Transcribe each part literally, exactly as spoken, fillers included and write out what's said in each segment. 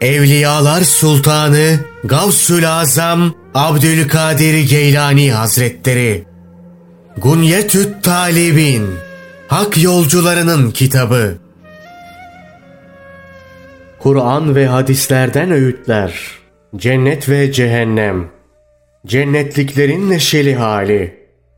Evliyalar Sultanı Gavsül Azam Abdülkadir Geylani Hazretleri. Gunyetü't Talibin, Hak Yolcularının Kitabı. Kur'an ve hadislerden öğütler. Cennet ve cehennem. Cennetliklerin neşeli hali.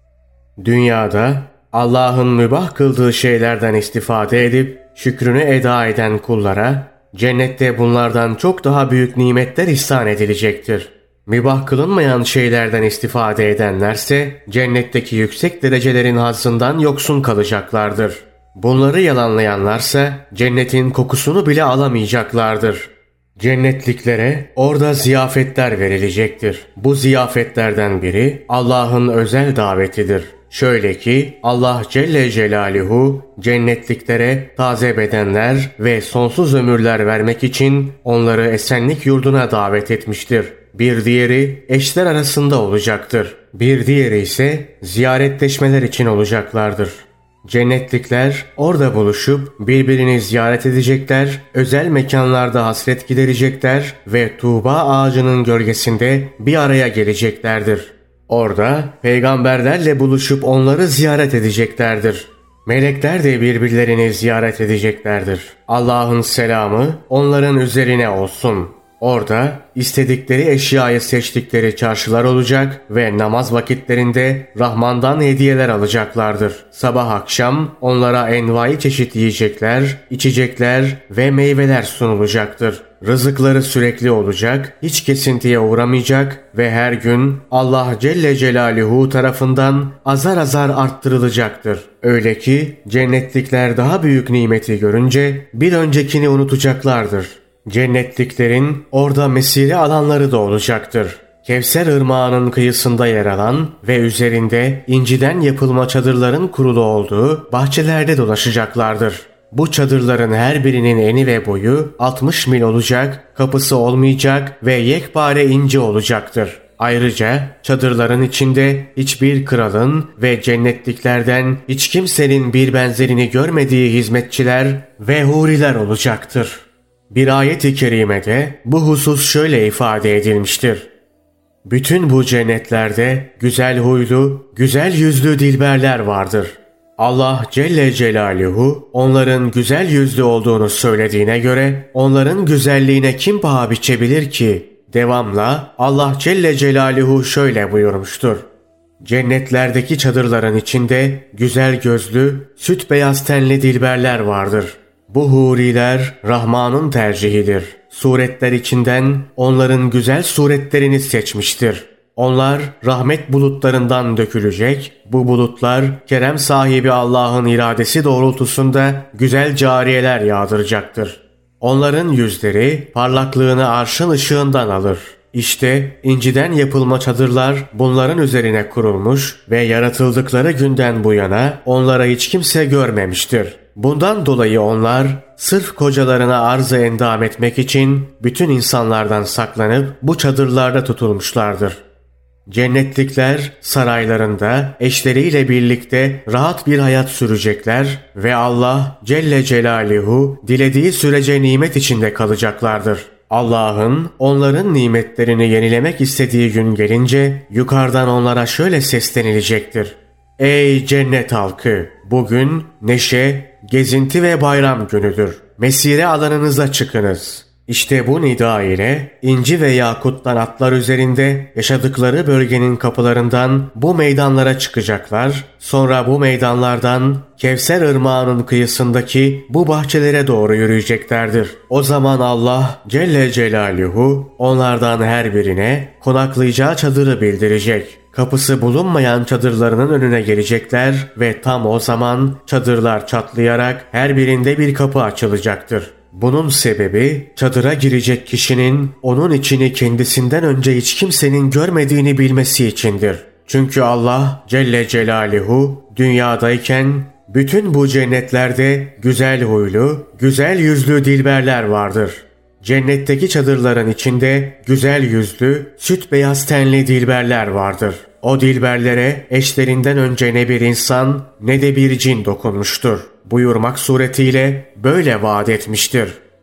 Dünyada Allah'ın mübah kıldığı şeylerden istifade edip şükrünü eda eden kullara cennette bunlardan çok daha büyük nimetler ihsan edilecektir. Mübah kılınmayan şeylerden istifade edenlerse cennetteki yüksek derecelerin hazzından yoksun kalacaklardır. Bunları yalanlayanlarsa cennetin kokusunu bile alamayacaklardır. Cennetliklere orada ziyafetler verilecektir. Bu ziyafetlerden biri Allah'ın özel davetidir. Şöyle ki Allah Celle Celaluhu cennetliklere taze bedenler ve sonsuz ömürler vermek için onları esenlik yurduna davet etmiştir. Bir diğeri eşler arasında olacaktır. Bir diğeri ise ziyaretleşmeler için olacaklardır. Cennetlikler orada buluşup birbirini ziyaret edecekler, özel mekanlarda hasret giderecekler ve Tuğba ağacının gölgesinde bir araya geleceklerdir. Orada peygamberlerle buluşup onları ziyaret edeceklerdir. Melekler de birbirlerini ziyaret edeceklerdir. Allah'ın selamı onların üzerine olsun. Orada istedikleri eşyayı seçtikleri çarşılar olacak ve namaz vakitlerinde Rahman'dan hediyeler alacaklardır. Sabah akşam onlara envai çeşit yiyecekler, içecekler ve meyveler sunulacaktır. Rızıkları sürekli olacak, hiç kesintiye uğramayacak ve her gün Allah Celle Celaluhu tarafından azar azar arttırılacaktır. Öyle ki cennetlikler daha büyük nimeti görünce bir öncekini unutacaklardır. Cennetliklerin orada mesire alanları da olacaktır. Kevser ırmağının kıyısında yer alan ve üzerinde inciden yapılma çadırların kurulu olduğu bahçelerde dolaşacaklardır. Bu çadırların her birinin eni ve boyu altmış mil olacak, kapısı olmayacak ve yekpare ince olacaktır. Ayrıca çadırların içinde hiçbir kralın ve cennetliklerden hiç kimsenin bir benzerini görmediği hizmetçiler ve huriler olacaktır. Bir ayet-i kerimede bu husus şöyle ifade edilmiştir. Bütün bu cennetlerde güzel huylu, güzel yüzlü dilberler vardır. Allah Celle Celaluhu onların güzel yüzlü olduğunu söylediğine göre onların güzelliğine kim paha biçebilir ki? Devamla Allah Celle Celaluhu şöyle buyurmuştur. Cennetlerdeki çadırların içinde güzel gözlü, süt beyaz tenli dilberler vardır. Bu huriler Rahman'ın tercihidir. Suretler içinden onların güzel suretlerini seçmiştir. Onlar rahmet bulutlarından dökülecek, bu bulutlar kerem sahibi Allah'ın iradesi doğrultusunda güzel cariyeler yağdıracaktır. Onların yüzleri parlaklığını arşın ışığından alır. İşte inciden yapılma çadırlar bunların üzerine kurulmuş ve yaratıldıkları günden bu yana onlara hiç kimse görmemiştir. Bundan dolayı onlar sırf kocalarına arz-ı endam etmek için bütün insanlardan saklanıp bu çadırlarda tutulmuşlardır. Cennetlikler saraylarında eşleriyle birlikte rahat bir hayat sürecekler ve Allah Celle Celaluhu dilediği sürece nimet içinde kalacaklardır. Allah'ın onların nimetlerini yenilemek istediği gün gelince yukarıdan onlara şöyle seslenilecektir. Ey cennet halkı! Bugün neşe, gezinti ve bayram günüdür. Mesire alanınıza çıkınız. İşte bu nida ile inci ve yakuttan atlar üzerinde yaşadıkları bölgenin kapılarından bu meydanlara çıkacaklar. Sonra bu meydanlardan Kevser ırmağının kıyısındaki bu bahçelere doğru yürüyeceklerdir. O zaman Allah Celle Celaluhu onlardan her birine konaklayacağı çadırı bildirecek. Kapısı bulunmayan çadırlarının önüne gelecekler ve tam o zaman çadırlar çatlayarak her birinde bir kapı açılacaktır. Bunun sebebi çadıra girecek kişinin onun içini kendisinden önce hiç kimsenin görmediğini bilmesi içindir. Çünkü Allah Celle Celaluhu dünyadayken bütün bu cennetlerde güzel huylu, güzel yüzlü dilberler vardır. Cennetteki çadırların içinde güzel yüzlü, süt beyaz tenli dilberler vardır. O dilberlere eşlerinden önce ne bir insan ne de bir cin dokunmuştur buyurmak suretiyle böyle vaat etmiştir.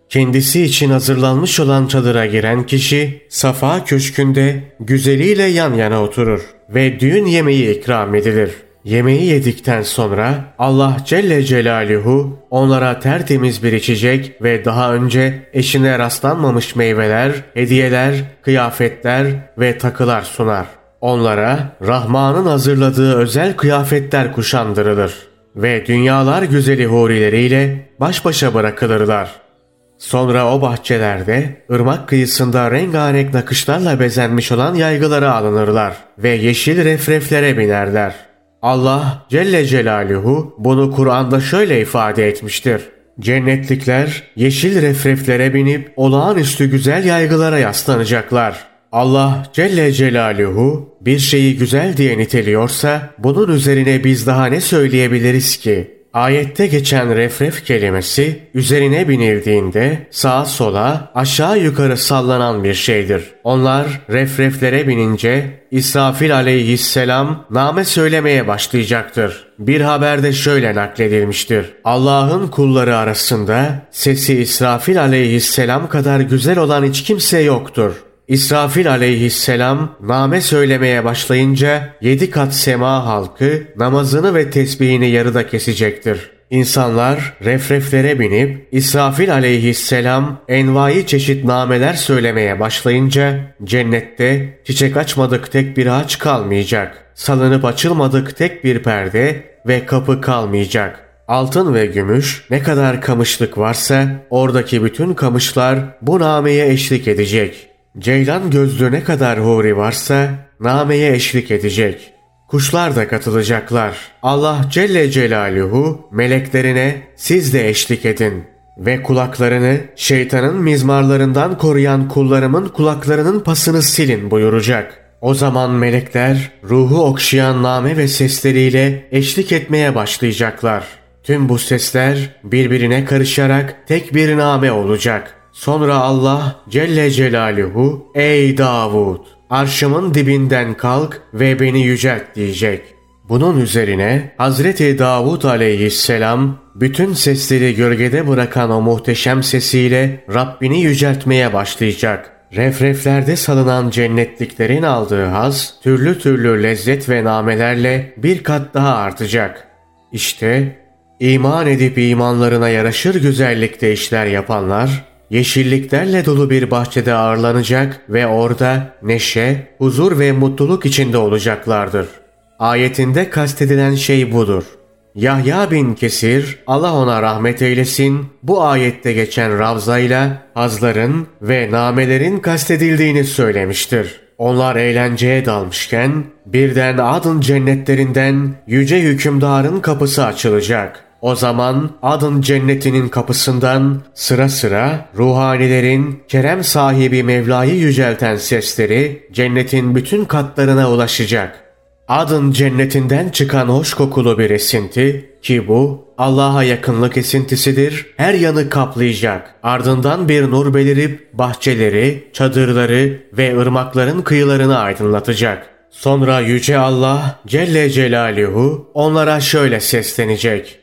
Kendisi için hazırlanmış olan çadıra giren kişi Safa Köşkü'nde güzeliyle yan yana oturur ve düğün yemeği ikram edilir. Yemeği yedikten sonra Allah Celle Celaluhu onlara tertemiz bir içecek ve daha önce eşine rastlanmamış meyveler, hediyeler, kıyafetler ve takılar sunar. Onlara Rahman'ın hazırladığı özel kıyafetler kuşandırılır ve dünyalar güzeli hurileriyle baş başa bırakılırlar. Sonra o bahçelerde ırmak kıyısında rengarenk nakışlarla bezenmiş olan yaygılara alınırlar ve yeşil refreflere binerler. Allah Celle Celaluhu bunu Kur'an'da şöyle ifade etmiştir. Cennetlikler yeşil refreflere binip olağanüstü güzel yaygılara yaslanacaklar. Allah Celle Celaluhu bir şeyi güzel diye niteliyorsa bunun üzerine biz daha ne söyleyebiliriz ki? Ayette geçen refref kelimesi üzerine binildiğinde sağa sola aşağı yukarı sallanan bir şeydir. Onlar refreflere binince İsrafil aleyhisselam name söylemeye başlayacaktır. Bir haberde şöyle nakledilmiştir. Allah'ın kulları arasında sesi İsrafil aleyhisselam kadar güzel olan hiç kimse yoktur. İsrafil aleyhisselam name söylemeye başlayınca yedi kat sema halkı namazını ve tesbihini yarıda kesecektir. İnsanlar refreflere binip İsrafil aleyhisselam envai çeşit nameler söylemeye başlayınca cennette çiçek açmadık tek bir ağaç kalmayacak. Salınıp açılmadık tek bir perde ve kapı kalmayacak. Altın ve gümüş ne kadar kamışlık varsa oradaki bütün kamışlar bu nameye eşlik edecek. Ceylan gözlü ne kadar huri varsa nameye eşlik edecek. Kuşlar da katılacaklar. Allah Celle Celaluhu meleklerine siz de eşlik edin ve kulaklarını şeytanın mizmarlarından koruyan kullarımın kulaklarının pasını silin buyuracak. O zaman melekler ruhu okşayan name ve sesleriyle eşlik etmeye başlayacaklar. Tüm bu sesler birbirine karışarak tek bir name olacak. Sonra Allah Celle Celaluhu ey Davud arşımın dibinden kalk ve beni yücelt diyecek. Bunun üzerine Hazreti Davud aleyhisselam bütün sesleri gölgede bırakan o muhteşem sesiyle Rabbini yüceltmeye başlayacak. Refreflerde salınan cennetliklerin aldığı haz türlü türlü lezzet ve namelerle bir kat daha artacak. İşte iman edip imanlarına yaraşır güzellikte işler yapanlar yeşilliklerle dolu bir bahçede ağırlanacak ve orada neşe, huzur ve mutluluk içinde olacaklardır. Ayetinde kastedilen şey budur. Yahya bin Kesir, Allah ona rahmet eylesin, bu ayette geçen ravzayla hazların ve namelerin kastedildiğini söylemiştir. Onlar eğlenceye dalmışken birden Adın cennetlerinden yüce hükümdarın kapısı açılacak. O zaman Adın cennetinin kapısından sıra sıra ruhanilerin kerem sahibi Mevla'yı yücelten sesleri cennetin bütün katlarına ulaşacak. Adın cennetinden çıkan hoş kokulu bir esinti ki bu Allah'a yakınlık esintisidir, her yanı kaplayacak. Ardından bir nur belirip bahçeleri, çadırları ve ırmakların kıyılarını aydınlatacak. Sonra Yüce Allah Celle Celaluhu onlara şöyle seslenecek.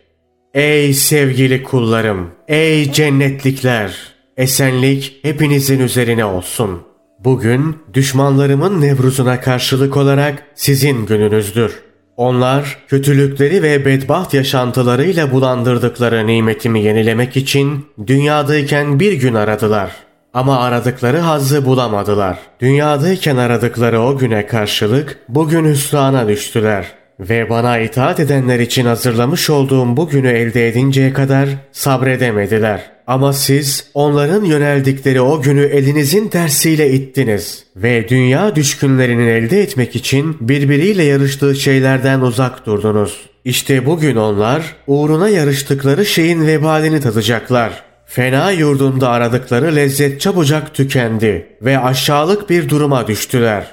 Ey sevgili kullarım, ey cennetlikler, esenlik hepinizin üzerine olsun. Bugün düşmanlarımın nevruzuna karşılık olarak sizin gününüzdür. Onlar kötülükleri ve bedbaht yaşantılarıyla bulandırdıkları nimetimi yenilemek için dünyadayken bir gün aradılar. Ama aradıkları hazzı bulamadılar. Dünyadayken aradıkları o güne karşılık bugün hüsrana düştüler. Ve bana itaat edenler için hazırlamış olduğum bu günü elde edinceye kadar sabredemediler. Ama siz onların yöneldikleri o günü elinizin tersiyle ittiniz. Ve dünya düşkünlerinin elde etmek için birbiriyle yarıştığı şeylerden uzak durdunuz. İşte bugün onlar uğruna yarıştıkları şeyin vebalini tadacaklar. Fena yurdunda aradıkları lezzet çabucak tükendi ve aşağılık bir duruma düştüler.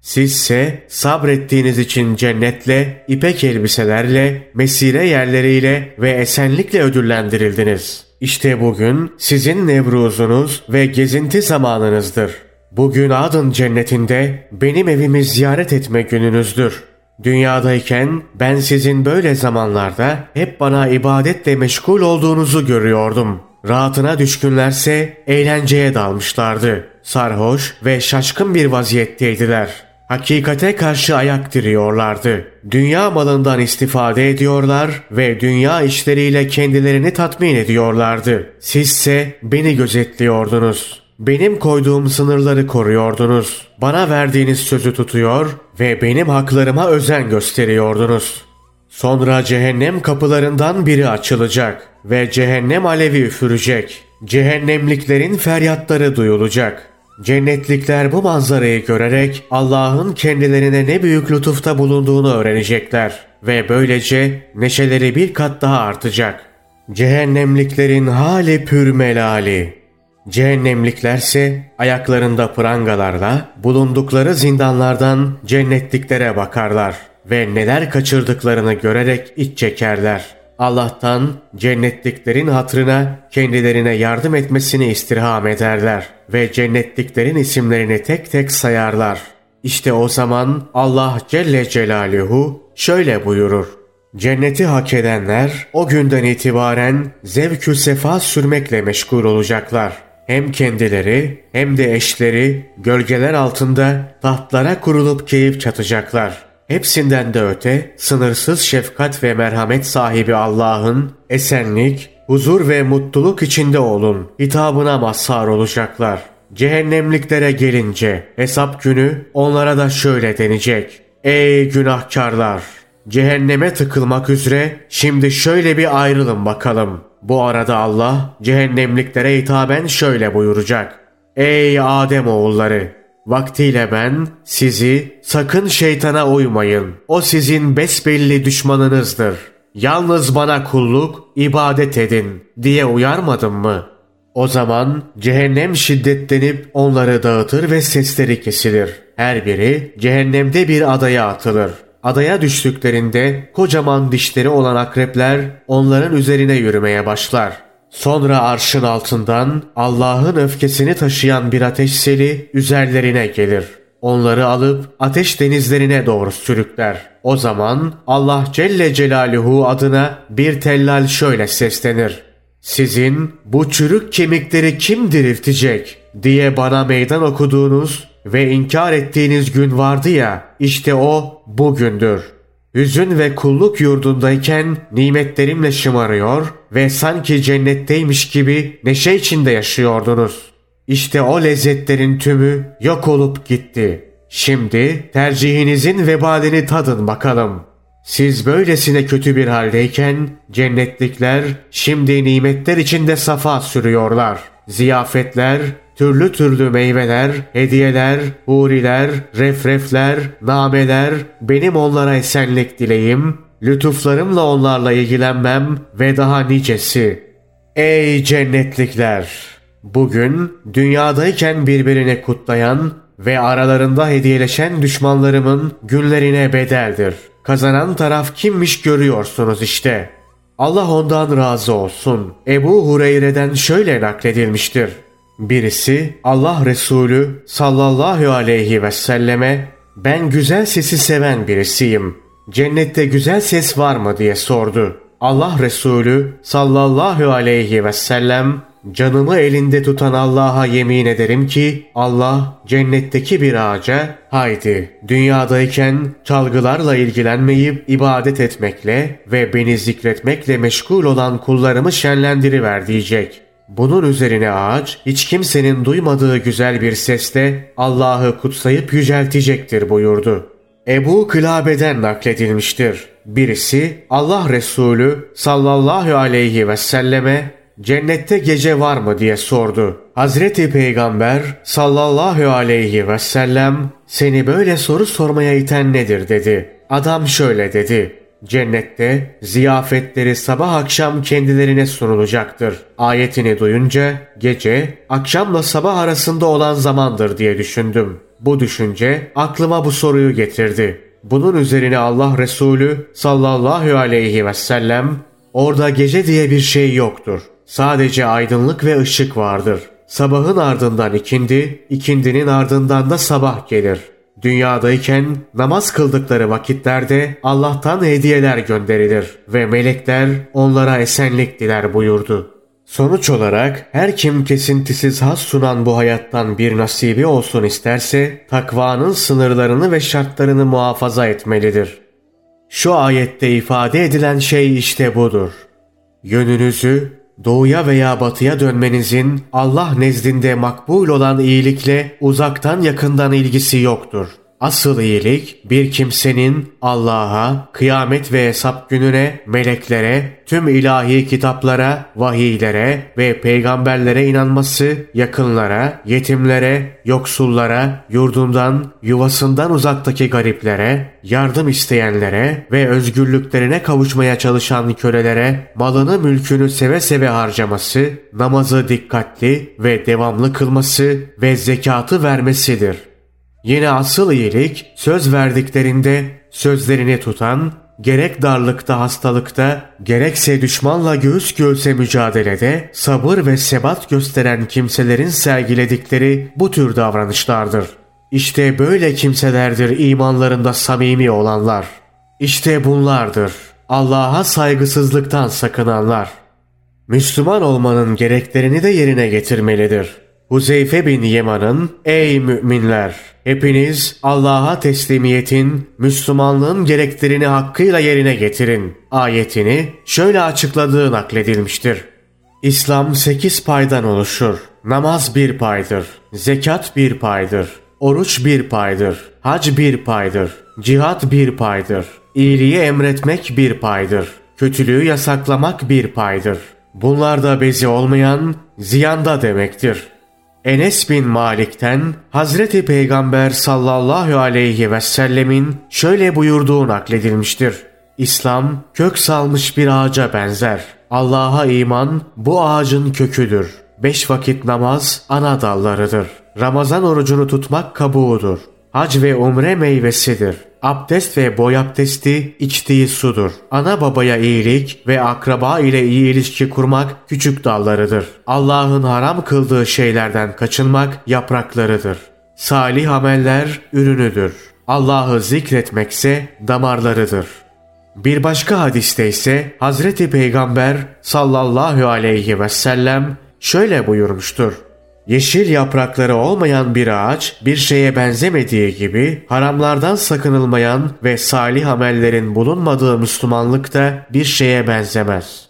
Sizse sabrettiğiniz için cennetle, ipek elbiselerle, mesire yerleriyle ve esenlikle ödüllendirildiniz. İşte bugün sizin nevruzunuz ve gezinti zamanınızdır. Bugün Adın cennetinde benim evimi ziyaret etme gününüzdür. Dünyadayken ben sizin böyle zamanlarda hep bana ibadetle meşgul olduğunuzu görüyordum. Rahatına düşkünlerse eğlenceye dalmışlardı. Sarhoş ve şaşkın bir vaziyetteydiler. Hakikate karşı ayak diriyorlardı. Dünya malından istifade ediyorlar ve dünya işleriyle kendilerini tatmin ediyorlardı. Sizse beni gözetliyordunuz. Benim koyduğum sınırları koruyordunuz. Bana verdiğiniz sözü tutuyor ve benim haklarıma özen gösteriyordunuz. Sonra cehennem kapılarından biri açılacak ve cehennem alevi üfürecek. Cehennemliklerin feryatları duyulacak. Cennetlikler bu manzarayı görerek Allah'ın kendilerine ne büyük lütufta bulunduğunu öğrenecekler ve böylece neşeleri bir kat daha artacak. Cehennemliklerin hali pürmelali. Cehennemliklerse ayaklarında prangalarla bulundukları zindanlardan cennetliklere bakarlar ve neler kaçırdıklarını görerek iç çekerler. Allah'tan cennetliklerin hatırına kendilerine yardım etmesini istirham ederler ve cennetliklerin isimlerini tek tek sayarlar. İşte o zaman Allah Celle Celaluhu şöyle buyurur: Cenneti hak edenler o günden itibaren zevk-ü sefa sürmekle meşgul olacaklar. Hem kendileri hem de eşleri gölgeler altında tahtlara kurulup keyif çatacaklar. Hepsinden de öte sınırsız şefkat ve merhamet sahibi Allah'ın esenlik, huzur ve mutluluk içinde olun hitabına mazhar olacaklar. Cehennemliklere gelince hesap günü onlara da şöyle denecek: Ey günahkarlar! Cehenneme tıkılmak üzere şimdi şöyle bir ayrılın bakalım. Bu arada Allah cehennemliklere hitaben şöyle buyuracak: Ey Adem oğulları! Vaktiyle ben sizi sakın şeytana uymayın. O sizin besbelli düşmanınızdır. Yalnız bana kulluk, ibadet edin diye uyarmadım mı? O zaman cehennem şiddetlenip onları dağıtır ve sesleri kesilir. Her biri cehennemde bir adaya atılır. Adaya düştüklerinde kocaman dişleri olan akrepler onların üzerine yürümeye başlar. Sonra arşın altından Allah'ın öfkesini taşıyan bir ateş seli üzerlerine gelir. Onları alıp ateş denizlerine doğru sürükler. O zaman Allah Celle Celaluhu adına bir tellal şöyle seslenir: Sizin bu çürük kemikleri kim diriltecek diye bana meydan okuduğunuz ve inkar ettiğiniz gün vardı ya, işte o bugündür. Hüzün ve kulluk yurdundayken nimetlerimle şımarıyor ve sanki cennetteymiş gibi neşe içinde yaşıyordunuz. İşte o lezzetlerin tümü yok olup gitti. Şimdi tercihinizin vebalini tadın bakalım. Siz böylesine kötü bir haldeyken cennetlikler şimdi nimetler içinde safa sürüyorlar. Ziyafetler, türlü türlü meyveler, hediyeler, huriler, refrefler, nameler, benim onlara esenlik dileyim, lütuflarımla onlarla ilgilenmem ve daha nicesi. Ey cennetlikler! Bugün dünyadayken birbirini kutlayan ve aralarında hediyeleşen düşmanlarımın günlerine bedeldir. Kazanan taraf kimmiş görüyorsunuz işte. Allah ondan razı olsun. Ebu Hureyre'den şöyle nakledilmiştir: Birisi Allah Resulü sallallahu aleyhi ve selleme ben güzel sesi seven birisiyim. Cennette güzel ses var mı diye sordu. Allah Resulü sallallahu aleyhi ve sellem canımı elinde tutan Allah'a yemin ederim ki Allah cennetteki bir ağaca haydi dünyadayken çalgılarla ilgilenmeyip ibadet etmekle ve beni zikretmekle meşgul olan kullarımı şenlendiriver diyecek. Bunun üzerine ağaç hiç kimsenin duymadığı güzel bir sesle Allah'ı kutsayıp yüceltecektir buyurdu. Ebu Kılabe'den nakledilmiştir. Birisi Allah Resulü sallallahu aleyhi ve selleme cennette gece var mı diye sordu. Hazreti Peygamber sallallahu aleyhi ve sellem seni böyle soru sormaya iten nedir dedi. Adam şöyle dedi: Cennette ziyafetleri sabah akşam kendilerine sunulacaktır. Ayetini duyunca gece akşamla sabah arasında olan zamandır diye düşündüm. Bu düşünce aklıma bu soruyu getirdi. Bunun üzerine Allah Resulü sallallahu aleyhi ve sellem orada gece diye bir şey yoktur. Sadece aydınlık ve ışık vardır. Sabahın ardından ikindi, ikindinin ardından da sabah gelir. Dünyadayken namaz kıldıkları vakitlerde Allah'tan hediyeler gönderilir ve melekler onlara esenlik diler buyurdu. Sonuç olarak her kim kesintisiz haz sunan bu hayattan bir nasibi olsun isterse takvanın sınırlarını ve şartlarını muhafaza etmelidir. Şu ayette ifade edilen şey işte budur. Yönünüzü doğuya veya batıya dönmenizin Allah nezdinde makbul olan iyilikle uzaktan yakından ilgisi yoktur. Asıl iyilik bir kimsenin Allah'a, kıyamet ve hesap gününe, meleklere, tüm ilahi kitaplara, vahiylere ve peygamberlere inanması, yakınlara, yetimlere, yoksullara, yurdundan, yuvasından uzaktaki gariplere, yardım isteyenlere ve özgürlüklerine kavuşmaya çalışan kölelere malını mülkünü seve seve harcaması, namazı dikkatli ve devamlı kılması ve zekatı vermesidir. Yine asıl iyilik söz verdiklerinde sözlerini tutan, gerek darlıkta hastalıkta, gerekse düşmanla göğüs göğüse mücadelede sabır ve sebat gösteren kimselerin sergiledikleri bu tür davranışlardır. İşte böyle kimselerdir imanlarında samimi olanlar. İşte bunlardır Allah'a saygısızlıktan sakınanlar. Müslüman olmanın gereklerini de yerine getirmelidir. Huzeyfe bin Yeman'ın "Ey müminler! Hepiniz Allah'a teslimiyetin, Müslümanlığın gereklerini hakkıyla yerine getirin" ayetini şöyle açıkladığı nakledilmiştir. İslam sekiz paydan oluşur. Namaz bir paydır. Zekat bir paydır. Oruç bir paydır. Hac bir paydır. Cihat bir paydır. İyiliği emretmek bir paydır. Kötülüğü yasaklamak bir paydır. Bunlarda bezi olmayan ziyanda demektir. Enes bin Malik'ten Hazreti Peygamber sallallahu aleyhi ve sellemin şöyle buyurduğu nakledilmiştir. İslam kök salmış bir ağaca benzer. Allah'a iman bu ağacın köküdür. Beş vakit namaz ana dallarıdır. Ramazan orucunu tutmak kabuğudur. Hac ve umre meyvesidir. Abdest ve boy abdesti içtiği sudur. Ana babaya iyilik ve akraba ile iyi ilişki kurmak küçük dallarıdır. Allah'ın haram kıldığı şeylerden kaçınmak yapraklarıdır. Salih ameller ürünüdür. Allah'ı zikretmekse damarlarıdır. Bir başka hadiste ise Hazreti Peygamber sallallahu aleyhi ve sellem şöyle buyurmuştur. Yeşil yaprakları olmayan bir ağaç bir şeye benzemediği gibi haramlardan sakınılmayan ve salih amellerin bulunmadığı Müslümanlık da bir şeye benzemez.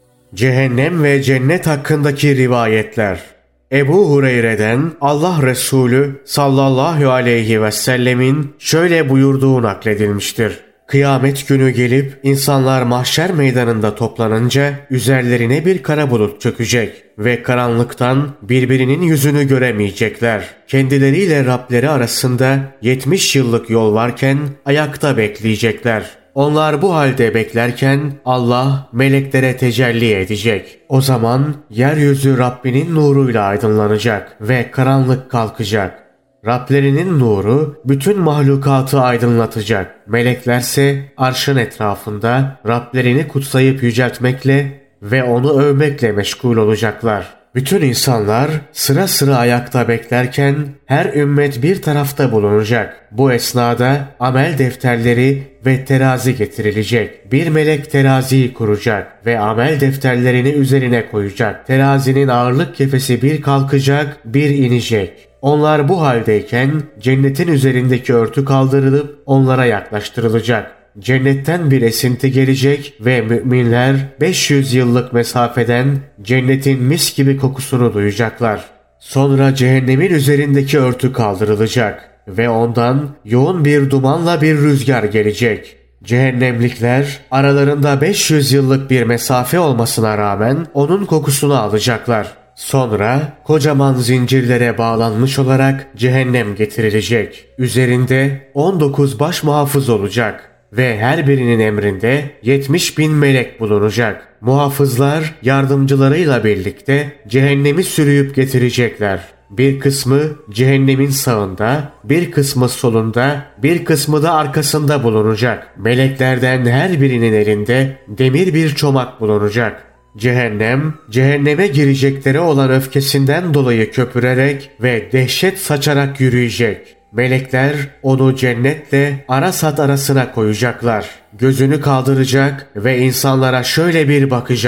Cehennem ve cennet hakkındaki rivayetler. Ebu Hureyre'den Allah Resulü sallallahu aleyhi ve sellemin şöyle buyurduğu nakledilmiştir. Kıyamet günü gelip insanlar mahşer meydanında toplanınca üzerlerine bir kara bulut çökecek ve karanlıktan birbirinin yüzünü göremeyecekler. Kendileriyle Rableri arasında yetmiş yıllık yol varken ayakta bekleyecekler. Onlar bu halde beklerken Allah meleklere tecelli edecek. O zaman yeryüzü Rabbinin nuruyla aydınlanacak ve karanlık kalkacak. Rablerinin nuru bütün mahlukatı aydınlatacak. Meleklerse arşın etrafında Rablerini kutsayıp yüceltmekle ve onu övmekle meşgul olacaklar. Bütün insanlar sıra sıra ayakta beklerken her ümmet bir tarafta bulunacak. Bu esnada amel defterleri ve terazi getirilecek. Bir melek teraziyi kuracak ve amel defterlerini üzerine koyacak. Terazinin ağırlık kefesi bir kalkacak, bir inecek. Onlar bu haldeyken cennetin üzerindeki örtü kaldırılıp onlara yaklaştırılacak. Cennetten bir esinti gelecek ve müminler beş yüz yıllık mesafeden cennetin mis gibi kokusunu duyacaklar. Sonra cehennemin üzerindeki örtü kaldırılacak ve ondan yoğun bir dumanla bir rüzgar gelecek. Cehennemlikler aralarında beş yüz yıllık bir mesafe olmasına rağmen onun kokusunu alacaklar. Sonra kocaman zincirlere bağlanmış olarak cehennem getirilecek. Üzerinde on dokuz baş muhafız olacak ve her birinin emrinde yetmiş bin melek bulunacak. Muhafızlar yardımcılarıyla birlikte cehennemi sürüyüp getirecekler. Bir kısmı cehennemin sağında, bir kısmı solunda, bir kısmı da arkasında bulunacak. Meleklerden her birinin elinde demir bir çomak bulunacak. Cehennem, cehenneme girecekleri olan öfkesinden dolayı köpürerek ve dehşet saçarak yürüyecek. Melekler onu cennetle Arasat arasına koyacaklar. Gözünü kaldıracak ve insanlara şöyle bir bakacak.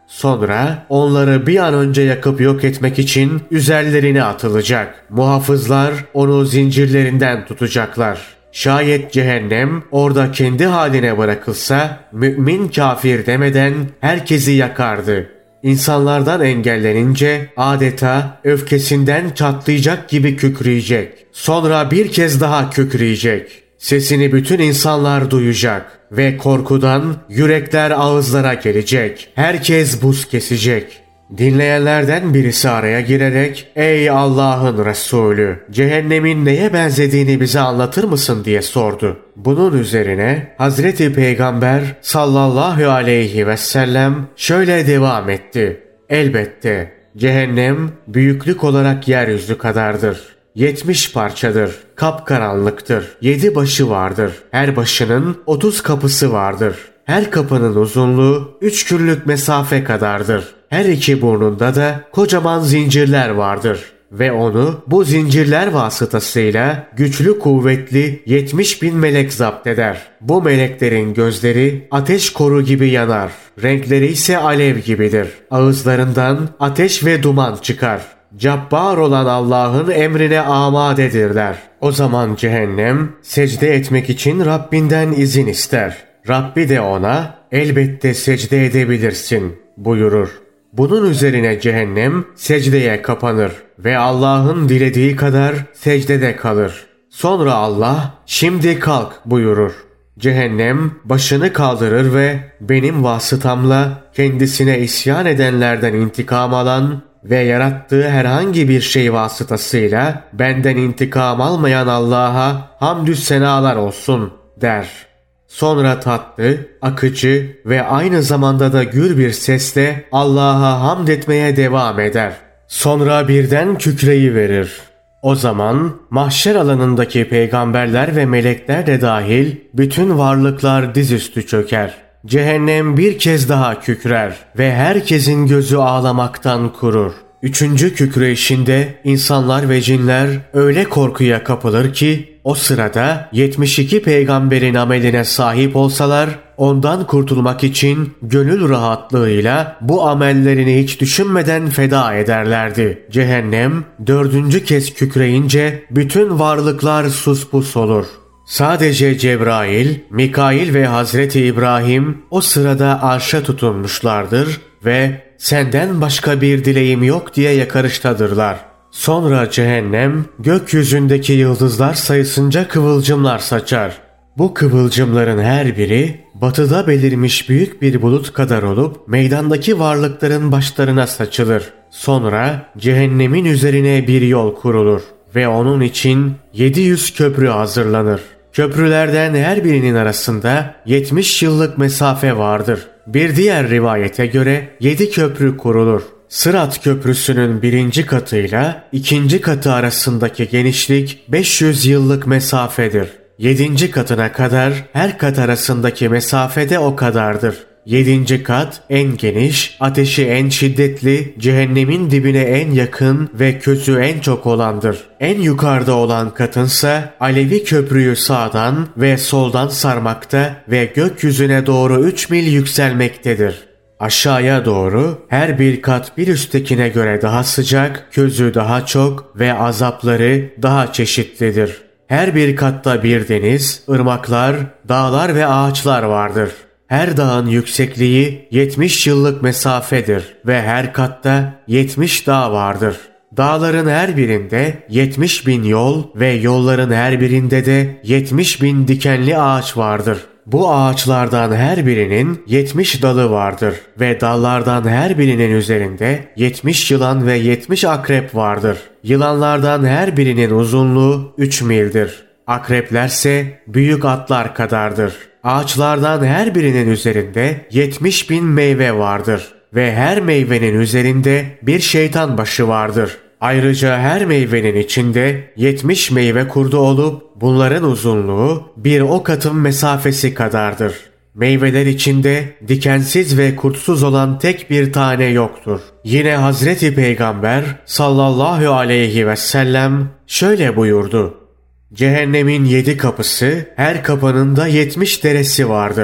Sonra onları bir an önce yakıp yok etmek için üzerlerine atılacak. Muhafızlar onu zincirlerinden tutacaklar. Şayet cehennem orada kendi haline bırakılsa mümin kafir demeden herkesi yakardı. İnsanlardan engellenince adeta öfkesinden çatlayacak gibi kükreyecek. Sonra bir kez daha kükreyecek. Sesini bütün insanlar duyacak ve korkudan yürekler ağızlara gelecek. Herkes buz kesecek. Dinleyenlerden birisi araya girerek "Ey Allah'ın Resulü, cehennemin neye benzediğini bize anlatır mısın?" diye sordu. Bunun üzerine Hazreti Peygamber sallallahu aleyhi ve sellem şöyle devam etti. "Elbette cehennem büyüklük olarak yeryüzü kadardır. Yetmiş parçadır, kapkaranlıktır, yedi başı vardır. Her başının otuz kapısı vardır. Her kapının uzunluğu üç küllük mesafe kadardır. Her iki burnunda da kocaman zincirler vardır. Ve onu bu zincirler vasıtasıyla güçlü kuvvetli yetmiş bin melek zapt eder. Bu meleklerin gözleri ateş koru gibi yanar. Renkleri ise alev gibidir. Ağızlarından ateş ve duman çıkar. Cabbar olan Allah'ın emrine amadedirler. O zaman cehennem secde etmek için Rabbinden izin ister. Rabbi de ona elbette secde edebilirsin buyurur. Bunun üzerine cehennem secdeye kapanır ve Allah'ın dilediği kadar secdede kalır. Sonra Allah şimdi kalk buyurur. Cehennem başını kaldırır ve benim vasıtamla kendisine isyan edenlerden intikam alan ve yarattığı herhangi bir şey vasıtasıyla benden intikam almayan Allah'a hamdü senalar olsun der. Sonra tatlı, akıcı ve aynı zamanda da gür bir sesle Allah'a hamd etmeye devam eder. Sonra birden kükreyi verir. O zaman mahşer alanındaki peygamberler ve melekler de dahil bütün varlıklar dizüstü çöker. Cehennem bir kez daha kükrer ve herkesin gözü ağlamaktan kurur. Üçüncü kükreyişinde insanlar ve cinler öyle korkuya kapılır ki o sırada yetmiş iki peygamberin ameline sahip olsalar ondan kurtulmak için gönül rahatlığıyla bu amellerini hiç düşünmeden feda ederlerdi. Cehennem dördüncü kez kükreyince bütün varlıklar suspus olur. Sadece Cebrail, Mikail ve Hazreti İbrahim o sırada arşa tutunmuşlardır ve senden başka bir dileğim yok diye yakarıştadırlar. Sonra cehennem gökyüzündeki yıldızlar sayısınca kıvılcımlar saçar. Bu kıvılcımların her biri batıda belirmiş büyük bir bulut kadar olup meydandaki varlıkların başlarına saçılır. Sonra cehennemin üzerine bir yol kurulur ve onun için yedi yüz köprü hazırlanır. Köprülerden her birinin arasında yetmiş yıllık mesafe vardır. Bir diğer rivayete göre yedi köprü kurulur. Sırat Köprüsü'nün birinci katıyla ikinci katı arasındaki genişlik beş yüz yıllık mesafedir. Yedinci katına kadar her kat arasındaki mesafe de o kadardır. Yedinci kat en geniş, ateşi en şiddetli, cehennemin dibine en yakın ve közü en çok olandır. En yukarıda olan katınsa alevi köprüyü sağdan ve soldan sarmakta ve gökyüzüne doğru üç mil yükselmektedir. Aşağıya doğru her bir kat bir üsttekine göre daha sıcak, közü daha çok ve azapları daha çeşitlidir. Her bir katta bir deniz, ırmaklar, dağlar ve ağaçlar vardır. Her dağın yüksekliği yetmiş yıllık mesafedir ve her katta yetmiş dağ vardır. Dağların her birinde yetmiş bin yol ve yolların her birinde de yetmiş bin dikenli ağaç vardır. Bu ağaçlardan her birinin yetmiş dalı vardır ve dallardan her birinin üzerinde yetmiş yılan ve yetmiş akrep vardır. Yılanlardan her birinin uzunluğu üç mildir. Akreplerse büyük atlar kadardır. Ağaçlardan her birinin üzerinde yetmiş bin meyve vardır ve her meyvenin üzerinde bir şeytan başı vardır. Ayrıca her meyvenin içinde yetmiş meyve kurdu olup bunların uzunluğu bir ok atım mesafesi kadardır. Meyveler içinde dikensiz ve kurtsuz olan tek bir tane yoktur. Yine Hazreti Peygamber sallallahu aleyhi ve sellem şöyle buyurdu. Cehennemin yedi kapısı, her kapının da yetmiş deresi vardır.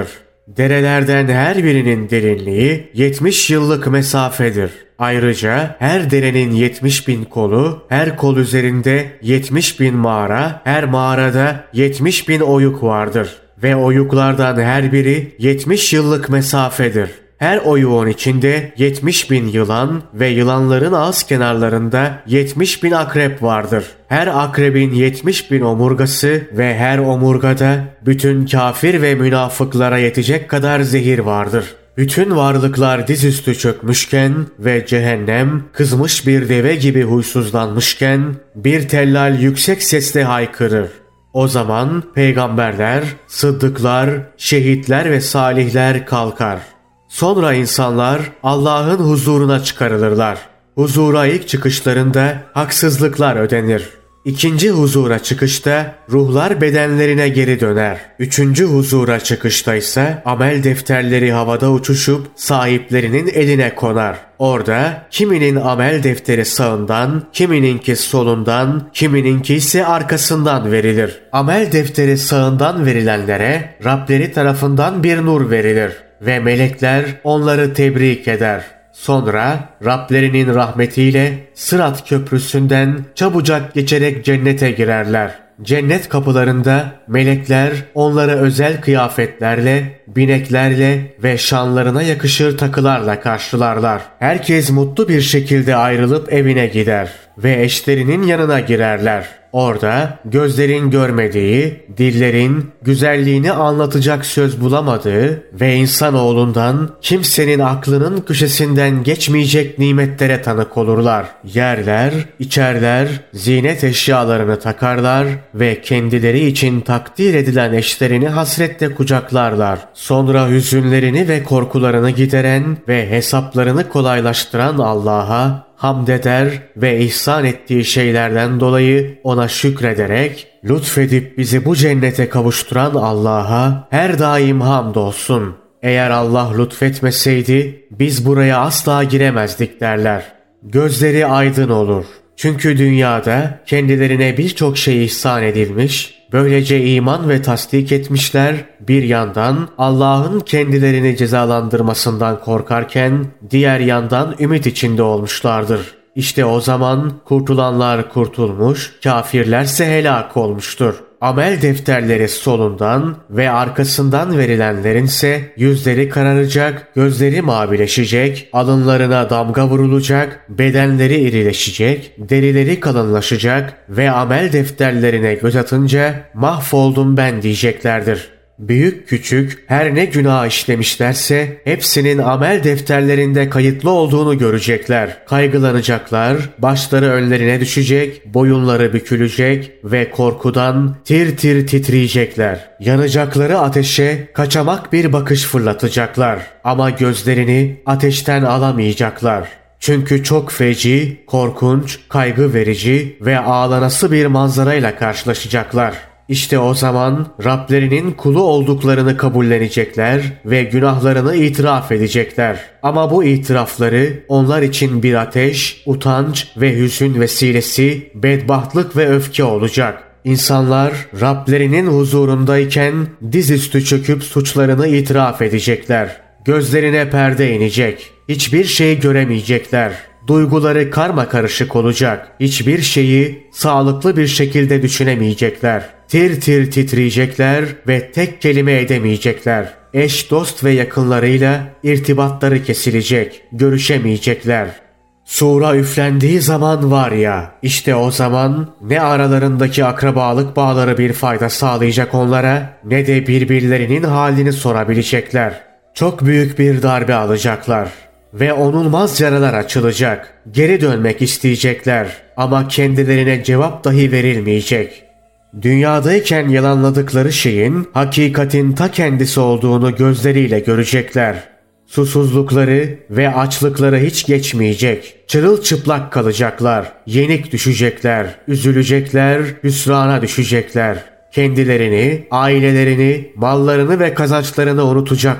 Derelerden her birinin derinliği yetmiş yıllık mesafedir. Ayrıca her derenin yetmiş bin kolu, her kol üzerinde yetmiş bin mağara, her mağarada yetmiş bin oyuk vardır. Ve oyuklardan her biri yetmiş yıllık mesafedir. Her oyuğun içinde yetmiş bin yılan ve yılanların ağız kenarlarında yetmiş bin akrep vardır. Her akrebin yetmiş bin omurgası ve her omurgada bütün kafir ve münafıklara yetecek kadar zehir vardır. Bütün varlıklar dizüstü çökmüşken ve cehennem kızmış bir deve gibi huysuzlanmışken bir tellal yüksek sesle haykırır. O zaman peygamberler, sıddıklar, şehitler ve salihler kalkar. Sonra insanlar Allah'ın huzuruna çıkarılırlar. Huzura ilk çıkışlarında haksızlıklar ödenir. İkinci huzura çıkışta ruhlar bedenlerine geri döner. Üçüncü huzura çıkışta ise amel defterleri havada uçuşup sahiplerinin eline konar. Orada kiminin amel defteri sağından, kimininki solundan, kimininki ise arkasından verilir. Amel defteri sağından verilenlere Rableri tarafından bir nur verilir ve melekler onları tebrik eder. Sonra Rablerinin rahmetiyle Sırat köprüsünden çabucak geçerek cennete girerler. Cennet kapılarında melekler onları özel kıyafetlerle, bineklerle ve şanlarına yakışır takılarla karşılarlar. Herkes mutlu bir şekilde ayrılıp evine gider ve eşlerinin yanına girerler. Orada gözlerin görmediği, dillerin güzelliğini anlatacak söz bulamadığı ve insanoğlundan kimsenin aklının köşesinden geçmeyecek nimetlere tanık olurlar. Yerler, içerler, zinet eşyalarını takarlar ve kendileri için takdir edilen eşlerini hasretle kucaklarlar. Sonra hüzünlerini ve korkularını gideren ve hesaplarını kolaylaştıran Allah'a hamd eder ve ihsan ettiği şeylerden dolayı ona şükrederek, lütfedip bizi bu cennete kavuşturan Allah'a her daim hamdolsun. Eğer Allah lütfetmeseydi biz buraya asla giremezdik derler. Gözleri aydın olur. Çünkü dünyada kendilerine birçok şey ihsan edilmiş, böylece iman ve tasdik etmişler, bir yandan Allah'ın kendilerini cezalandırmasından korkarken diğer yandan ümit içinde olmuşlardır. İşte o zaman kurtulanlar kurtulmuş, kafirlerse helak olmuştur. Amel defterleri solundan ve arkasından verilenlerin ise yüzleri kararacak, gözleri mavileşecek, alınlarına damga vurulacak, bedenleri irileşecek, derileri kalınlaşacak ve amel defterlerine göz atınca mahvoldum ben diyeceklerdir. Büyük küçük her ne günah işlemişlerse hepsinin amel defterlerinde kayıtlı olduğunu görecekler. Kaygılanacaklar, başları önlerine düşecek, boyunları bükülecek ve korkudan tir tir titriyecekler. Yanacakları ateşe kaçamak bir bakış fırlatacaklar ama gözlerini ateşten alamayacaklar. Çünkü çok feci, korkunç, kaygı verici ve ağlanası bir manzarayla karşılaşacaklar. İşte o zaman Rablerinin kulu olduklarını kabullenecekler ve günahlarını itiraf edecekler. Ama bu itirafları onlar için bir ateş, utanç ve hüzün vesilesi, bedbahtlık ve öfke olacak. İnsanlar Rablerinin huzurundayken dizüstü çöküp suçlarını itiraf edecekler. Gözlerine perde inecek. Hiçbir şey göremeyecekler. Duyguları karmakarışık olacak. Hiçbir şeyi sağlıklı bir şekilde düşünemeyecekler. Tir tir titriyecekler ve tek kelime edemeyecekler. Eş, dost ve yakınlarıyla irtibatları kesilecek. Görüşemeyecekler. Sura üflendiği zaman var ya, işte o zaman ne aralarındaki akrabalık bağları bir fayda sağlayacak onlara, ne de birbirlerinin halini sorabilecekler. Çok büyük bir darbe alacaklar ve onulmaz yaralar açılacak. Geri dönmek isteyecekler ama kendilerine cevap dahi verilmeyecek. Dünyadayken yalanladıkları şeyin hakikatin ta kendisi olduğunu gözleriyle görecekler. Susuzlukları ve açlıkları hiç geçmeyecek. Çırılçıplak kalacaklar. Yenik düşecekler. Üzülecekler. Hüsrana düşecekler. Kendilerini, ailelerini, mallarını ve kazançlarını unutacaklar.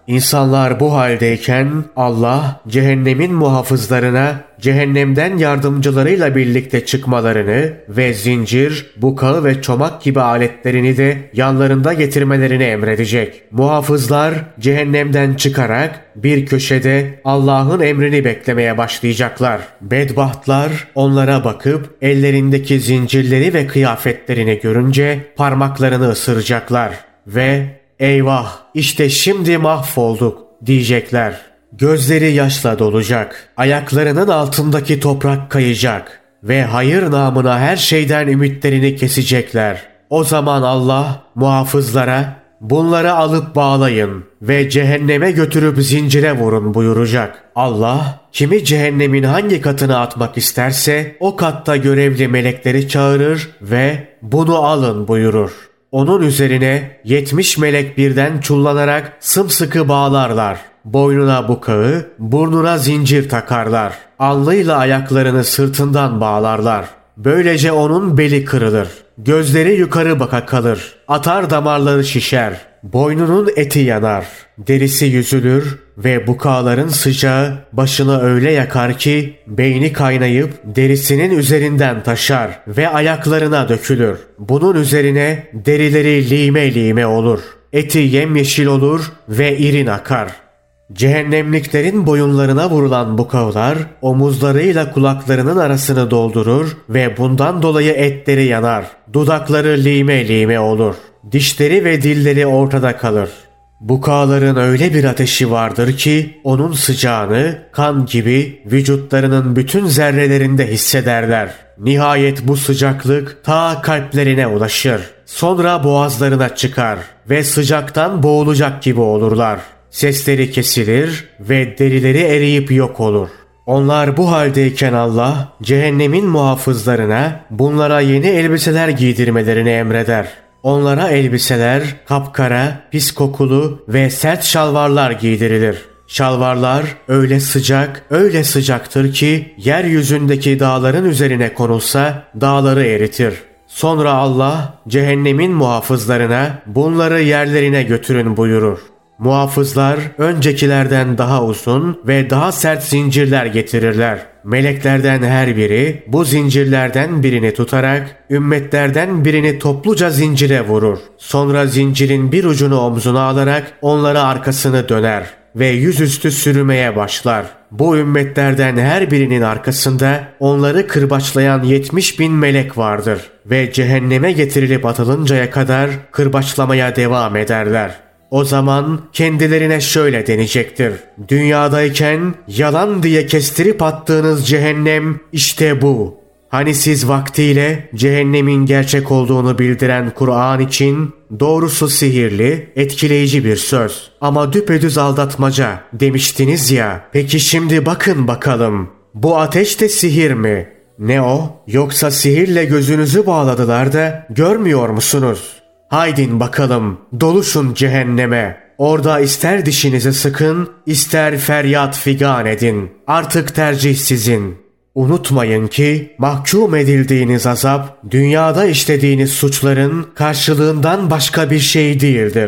İnsanlar bu haldeyken Allah cehennemin muhafızlarına cehennemden yardımcılarıyla birlikte çıkmalarını ve zincir, bukağı ve çomak gibi aletlerini de yanlarında getirmelerini emredecek. Muhafızlar cehennemden çıkarak bir köşede Allah'ın emrini beklemeye başlayacaklar. Bedbahtlar onlara bakıp ellerindeki zincirleri ve kıyafetlerini görünce parmaklarını ısıracaklar ve "Eyvah, işte şimdi mahvolduk" diyecekler. Gözleri yaşla dolacak, ayaklarının altındaki toprak kayacak ve hayır namına her şeyden ümitlerini kesecekler. O zaman Allah muhafızlara "Bunları alıp bağlayın ve cehenneme götürüp zincire vurun" buyuracak. Allah kimi cehennemin hangi katına atmak isterse o katta görevli melekleri çağırır ve "Bunu alın" buyurur. Onun üzerine yetmiş melek birden çullanarak sımsıkı bağlarlar. Boynuna bukağı, burnuna zincir takarlar. Alnıyla ayaklarını sırtından bağlarlar. Böylece onun beli kırılır. Gözleri yukarı baka kalır. Atar damarları şişer. Boynunun eti yanar. Derisi yüzülür ve bukağların sıcağı başını öyle yakar ki beyni kaynayıp derisinin üzerinden taşar ve ayaklarına dökülür. Bunun üzerine derileri lime lime olur. Eti yemyeşil olur ve irin akar. Cehennemliklerin boyunlarına vurulan bukağılar omuzlarıyla kulaklarının arasını doldurur ve bundan dolayı etleri yanar. Dudakları lime lime olur. Dişleri ve dilleri ortada kalır. Bukağıların öyle bir ateşi vardır ki onun sıcağını kan gibi vücutlarının bütün zerrelerinde hissederler. Nihayet bu sıcaklık ta kalplerine ulaşır. Sonra boğazlarına çıkar ve sıcaktan boğulacak gibi olurlar. Sesleri kesilir ve derileri eriyip yok olur. Onlar bu haldeyken Allah cehennemin muhafızlarına bunlara yeni elbiseler giydirmelerini emreder. Onlara elbiseler kapkara, pis kokulu ve sert şalvarlar giydirilir. Şalvarlar öyle sıcak, öyle sıcaktır ki yeryüzündeki dağların üzerine konulsa dağları eritir. Sonra Allah cehennemin muhafızlarına bunları yerlerine götürün buyurur. Muhafızlar öncekilerden daha uzun ve daha sert zincirler getirirler. Meleklerden her biri bu zincirlerden birini tutarak ümmetlerden birini topluca zincire vurur. Sonra zincirin bir ucunu omzuna alarak onlara arkasını döner ve yüzüstü sürmeye başlar. Bu ümmetlerden her birinin arkasında onları kırbaçlayan yetmiş bin melek vardır ve cehenneme getirilip atılıncaya kadar kırbaçlamaya devam ederler. O zaman kendilerine şöyle denecektir: dünyadayken yalan diye kestirip attığınız cehennem işte bu. Hani siz vaktiyle cehennemin gerçek olduğunu bildiren Kur'an için doğrusu sihirli, etkileyici bir söz ama düpedüz aldatmaca demiştiniz ya. Peki şimdi bakın bakalım, bu ateş de sihir mi? Ne o? Yoksa sihirle gözünüzü bağladılar da görmüyor musunuz? Haydin bakalım, doluşun cehenneme. Orada ister dişinizi sıkın, ister feryat figan edin. Artık tercih sizin. Unutmayın ki mahkum edildiğiniz azap, dünyada işlediğiniz suçların karşılığından başka bir şey değildir.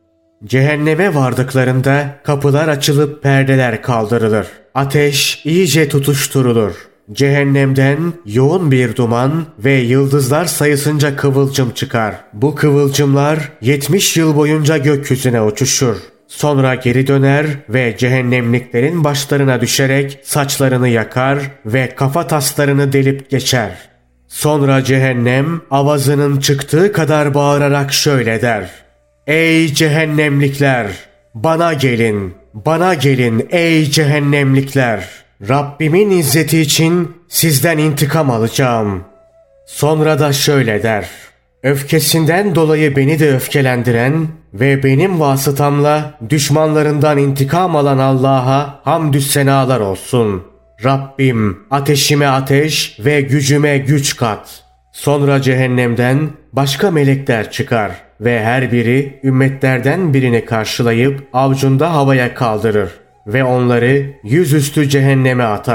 Cehenneme vardıklarında kapılar açılıp perdeler kaldırılır. Ateş iyice tutuşturulur. Cehennemden yoğun bir duman ve yıldızlar sayısınca kıvılcım çıkar. Bu kıvılcımlar yetmiş yıl boyunca gökyüzüne uçuşur. Sonra geri döner ve cehennemliklerin başlarına düşerek saçlarını yakar ve kafa taslarını delip geçer. Sonra cehennem avazının çıktığı kadar bağırarak şöyle der: "Ey cehennemlikler! Bana gelin! Bana gelin ey cehennemlikler! Rabbimin izzeti için sizden intikam alacağım." Sonra da şöyle der: "Öfkesinden dolayı beni de öfkelendiren ve benim vasıtamla düşmanlarından intikam alan Allah'a hamdü senalar olsun. Rabbim ateşime ateş ve gücüme güç kat." Sonra cehennemden başka melekler çıkar ve her biri ümmetlerden birini karşılayıp avcunda havaya kaldırır ve onları yüzüstü cehenneme atar.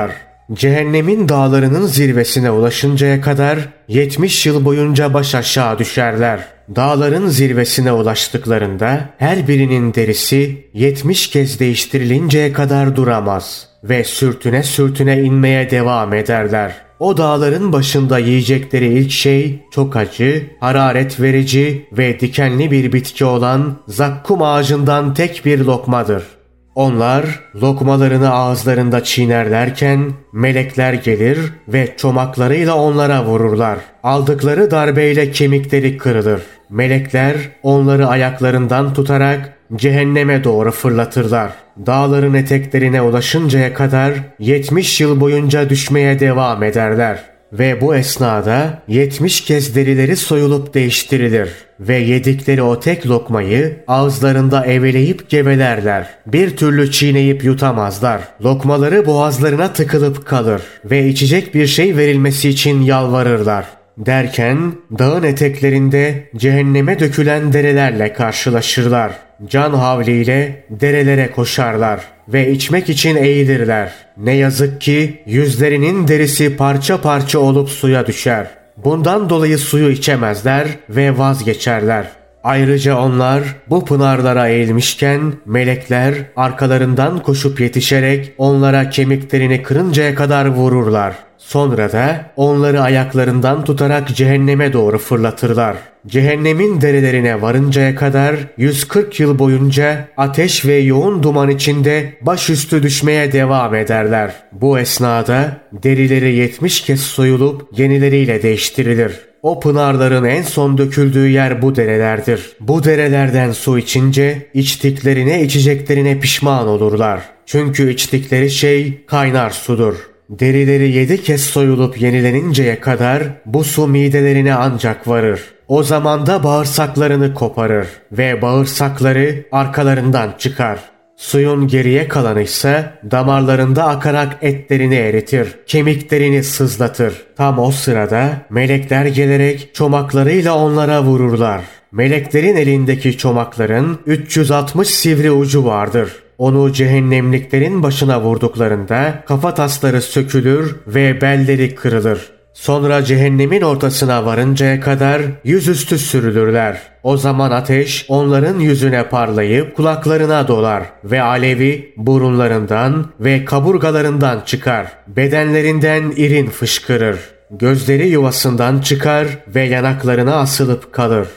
Cehennemin dağlarının zirvesine ulaşıncaya kadar yetmiş yıl boyunca baş aşağı düşerler. Dağların zirvesine ulaştıklarında her birinin derisi yetmiş kez değiştirilinceye kadar duramaz ve sürtüne sürtüne inmeye devam ederler. O dağların başında yiyecekleri ilk şey çok acı, hararet verici ve dikenli bir bitki olan zakkum ağacından tek bir lokmadır. Onlar lokmalarını ağızlarında çiğnerlerken melekler gelir ve çomaklarıyla onlara vururlar. Aldıkları darbeyle kemikleri kırılır. Melekler onları ayaklarından tutarak cehenneme doğru fırlatırlar. Dağların eteklerine ulaşıncaya kadar yetmiş yıl boyunca düşmeye devam ederler. Ve bu esnada yetmiş kez derileri soyulup değiştirilir ve yedikleri o tek lokmayı ağızlarında eveleyip gevelerler. Bir türlü çiğneyip yutamazlar. Lokmaları boğazlarına tıkılıp kalır ve içecek bir şey verilmesi için yalvarırlar. Derken dağın eteklerinde cehenneme dökülen derelerle karşılaşırlar. Can havliyle derelere koşarlar ve içmek için eğilirler. Ne yazık ki yüzlerinin derisi parça parça olup suya düşer. Bundan dolayı suyu içemezler ve vazgeçerler. Ayrıca onlar bu pınarlara eğilmişken melekler arkalarından koşup yetişerek onlara kemiklerini kırıncaya kadar vururlar. Sonra da onları ayaklarından tutarak cehenneme doğru fırlatırlar. Cehennemin derelerine varıncaya kadar yüz kırk yıl boyunca ateş ve yoğun duman içinde başüstü düşmeye devam ederler. Bu esnada derileri yetmiş kez soyulup yenileriyle değiştirilir. O pınarların en son döküldüğü yer bu derelerdir. Bu derelerden su içince içtiklerine içeceklerine pişman olurlar. Çünkü içtikleri şey kaynar sudur. Derileri yedi kez soyulup yenileninceye kadar bu su midelerine ancak varır. O zaman da bağırsaklarını koparır ve bağırsakları arkalarından çıkar. Suyun geriye kalanı ise damarlarında akarak etlerini eritir, kemiklerini sızlatır. Tam o sırada melekler gelerek çomaklarıyla onlara vururlar. Meleklerin elindeki çomakların üç yüz altmış sivri ucu vardır. Onu cehennemliklerin başına vurduklarında kafatasları sökülür ve belleri kırılır. Sonra cehennemin ortasına varıncaya kadar yüzüstü sürülürler. O zaman ateş onların yüzüne parlayıp kulaklarına dolar ve alevi burunlarından ve kaburgalarından çıkar. Bedenlerinden irin fışkırır. Gözleri yuvasından çıkar ve yanaklarına asılıp kalır.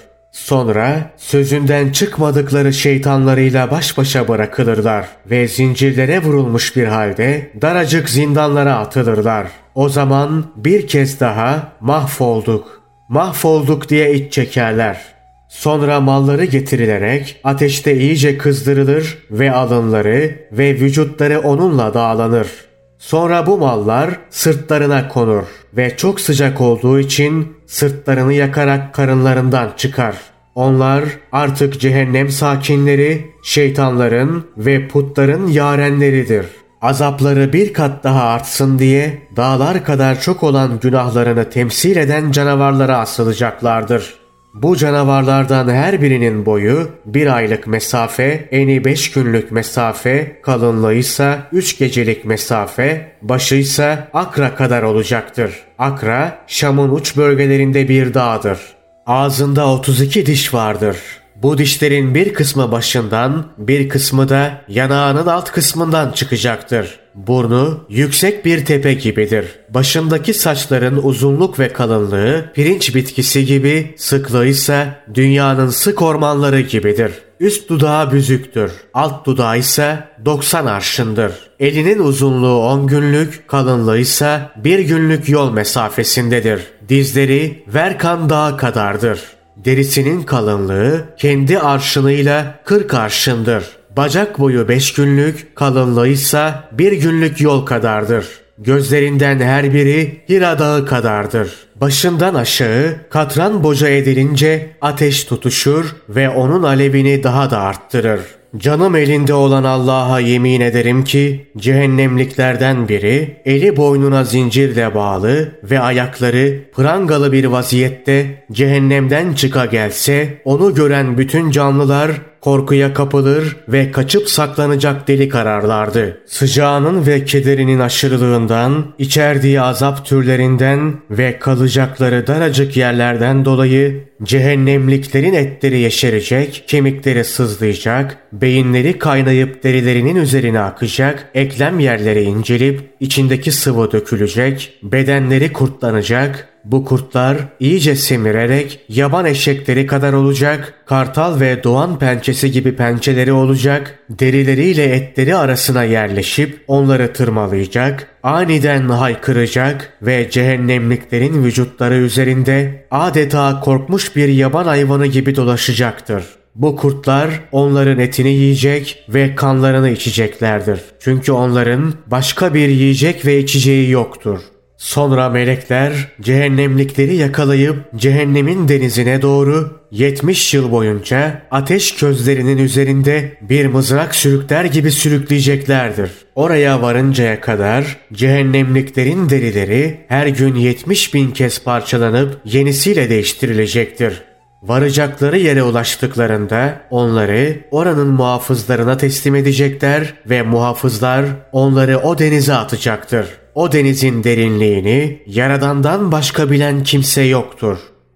Sonra sözünden çıkmadıkları şeytanlarıyla baş başa bırakılırlar ve zincirlere vurulmuş bir halde daracık zindanlara atılırlar. O zaman bir kez daha mahvolduk, mahvolduk diye iç çekerler. Sonra malları getirilerek ateşte iyice kızdırılır ve alınları ve vücutları onunla dağlanır. Sonra bu mallar sırtlarına konur ve çok sıcak olduğu için sırtlarını yakarak karınlarından çıkar. Onlar artık cehennem sakinleri, şeytanların ve putların yarenleridir. Azapları bir kat daha artsın diye dağlar kadar çok olan günahlarını temsil eden canavarlara asılacaklardır. Bu canavarlardan her birinin boyu bir aylık mesafe, eni beş günlük mesafe, kalınlığı ise üç gecelik mesafe, başı ise Akra kadar olacaktır. Akra, Şam'ın uç bölgelerinde bir dağdır. Ağzında otuz iki diş vardır. Bu dişlerin bir kısmı başından, bir kısmı da yanağının alt kısmından çıkacaktır. Burnu yüksek bir tepe gibidir. Başındaki saçların uzunluk ve kalınlığı pirinç bitkisi gibi, sıklığı ise dünyanın sık ormanları gibidir. Üst dudağı büzüktür. Alt dudağı ise doksan arşındır. Elinin uzunluğu on günlük, kalınlığı ise bir günlük yol mesafesindedir. Dizleri Verkan Dağı kadardır. Derisinin kalınlığı kendi arşınıyla kırk arşındır. Bacak boyu beş günlük, kalınlığı ise bir günlük yol kadardır. Gözlerinden her biri Hira Dağı kadardır. Başından aşağı katran boca edilince ateş tutuşur ve onun alevini daha da arttırır. Canım elinde olan Allah'a yemin ederim ki cehennemliklerden biri eli boynuna zincirle bağlı ve ayakları prangalı bir vaziyette cehennemden çıka gelse onu gören bütün canlılar korkuya kapılır ve kaçıp saklanacak delik ararlardı. Sıcağının ve kederinin aşırılığından, içerdiği azap türlerinden ve kalacakları daracık yerlerden dolayı cehennemliklerin etleri yeşerecek, kemikleri sızlayacak, beyinleri kaynayıp derilerinin üzerine akacak, eklem yerleri incelip içindeki sıvı dökülecek, bedenleri kurtlanacak. Bu kurtlar iyice semirerek yaban eşekleri kadar olacak, kartal ve doğan pençesi gibi pençeleri olacak, derileriyle etleri arasına yerleşip onları tırmalayacak, aniden haykıracak ve cehennemliklerin vücutları üzerinde adeta korkmuş bir yaban hayvanı gibi dolaşacaktır. Bu kurtlar onların etini yiyecek ve kanlarını içeceklerdir. Çünkü onların başka bir yiyecek ve içeceği yoktur. Sonra melekler cehennemlikleri yakalayıp cehennemin denizine doğru yetmiş yıl boyunca ateş közlerinin üzerinde bir mızrak sürükler gibi sürükleyeceklerdir. Oraya varıncaya kadar cehennemliklerin derileri her gün yetmiş bin kez parçalanıp yenisiyle değiştirilecektir. Varacakları yere ulaştıklarında onları oranın muhafızlarına teslim edecekler ve muhafızlar onları o denize atacaktır. O denizin derinliğini Yaradan'dan başka bilen kimse yoktur.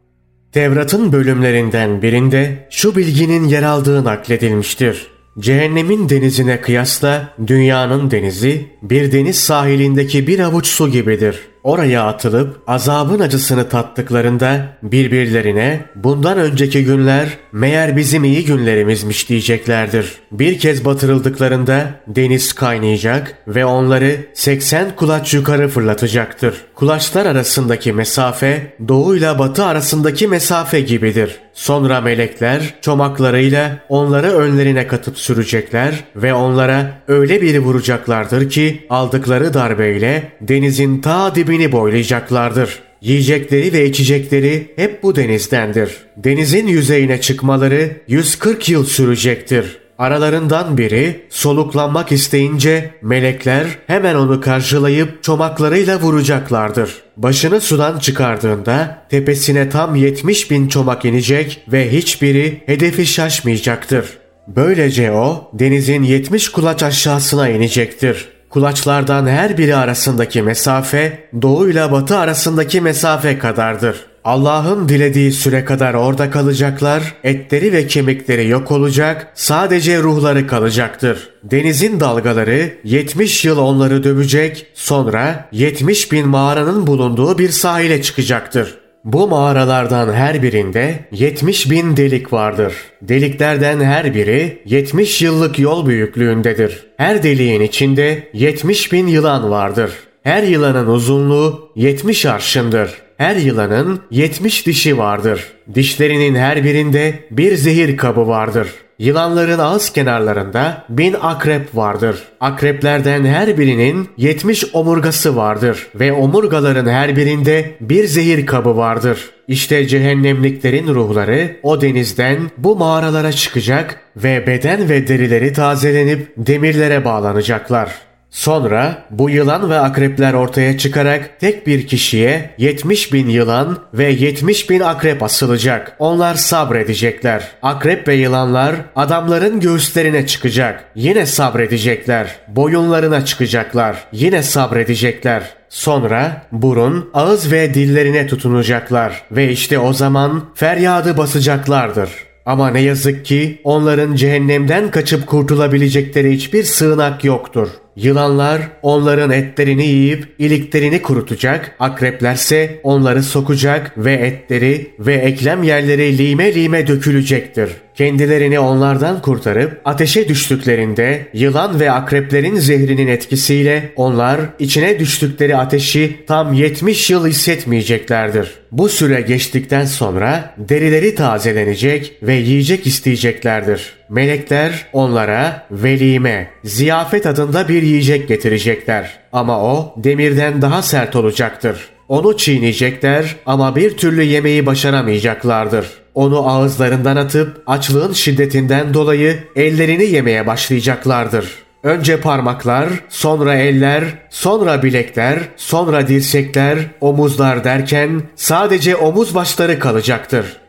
Tevrat'ın bölümlerinden birinde şu bilginin yer aldığı nakledilmiştir. Cehennemin denizine kıyasla dünyanın denizi bir deniz sahilindeki bir avuç su gibidir. Oraya atılıp azabın acısını tattıklarında birbirlerine bundan önceki günler meğer bizim iyi günlerimizmiş diyeceklerdir. Bir kez batırıldıklarında deniz kaynayacak ve onları seksen kulaç yukarı fırlatacaktır. Kulaçlar arasındaki mesafe doğuyla batı arasındaki mesafe gibidir. Sonra melekler çomaklarıyla onları önlerine katıp sürecekler ve onlara öyle bir vuracaklardır ki aldıkları darbeyle denizin ta dibini boylayacaklardır. Yiyecekleri ve içecekleri hep bu denizdendir. Denizin yüzeyine çıkmaları yüz kırk yıl sürecektir. Aralarından biri soluklanmak isteyince melekler hemen onu karşılayıp çomaklarıyla vuracaklardır. Başını sudan çıkardığında tepesine tam yetmiş bin çomak inecek ve hiçbiri hedefi şaşmayacaktır. Böylece o denizin yetmiş kulaç aşağısına inecektir. Kulaçlardan her biri arasındaki mesafe doğuyla batı arasındaki mesafe kadardır. Allah'ın dilediği süre kadar orada kalacaklar, etleri ve kemikleri yok olacak, sadece ruhları kalacaktır. Denizin dalgaları yetmiş yıl onları dövecek, sonra yetmiş bin mağaranın bulunduğu bir sahile çıkacaktır. Bu mağaralardan her birinde yetmiş bin delik vardır. Deliklerden her biri yetmiş yıllık yol büyüklüğündedir. Her deliğin içinde yetmiş bin yılan vardır. Her yılanın uzunluğu yetmiş arşındır. Her yılanın yetmiş dişi vardır. Dişlerinin her birinde bir zehir kabı vardır. Yılanların ağız kenarlarında bin akrep vardır. Akreplerden her birinin yetmiş omurgası vardır ve omurgaların her birinde bir zehir kabı vardır. İşte cehennemliklerin ruhları o denizden bu mağaralara çıkacak ve beden ve derileri tazelenip demirlere bağlanacaklar. Sonra bu yılan ve akrepler ortaya çıkarak tek bir kişiye yetmiş bin yılan ve yetmiş bin akrep asılacak. Onlar sabredecekler. Akrep ve yılanlar adamların göğüslerine çıkacak. Yine sabredecekler. Boyunlarına çıkacaklar. Yine sabredecekler. Sonra burun, ağız ve dillerine tutunacaklar ve işte o zaman feryadı basacaklardır. Ama ne yazık ki onların cehennemden kaçıp kurtulabilecekleri hiçbir sığınak yoktur. Yılanlar onların etlerini yiyip iliklerini kurutacak, akreplerse onları sokacak ve etleri ve eklem yerleri lime lime dökülecektir. Kendilerini onlardan kurtarıp ateşe düştüklerinde yılan ve akreplerin zehrinin etkisiyle onlar içine düştükleri ateşi tam yetmiş yıl hissetmeyeceklerdir. Bu süre geçtikten sonra derileri tazelenecek ve yiyecek isteyeceklerdir. Melekler onlara velime, ziyafet adında bir yiyecek getirecekler. Ama o demirden daha sert olacaktır. Onu çiğneyecekler ama bir türlü yemeği başaramayacaklardır. Onu ağızlarından atıp açlığın şiddetinden dolayı ellerini yemeye başlayacaklardır. Önce parmaklar, sonra eller, sonra bilekler, sonra dirsekler, omuzlar derken sadece omuz başları kalacaktır.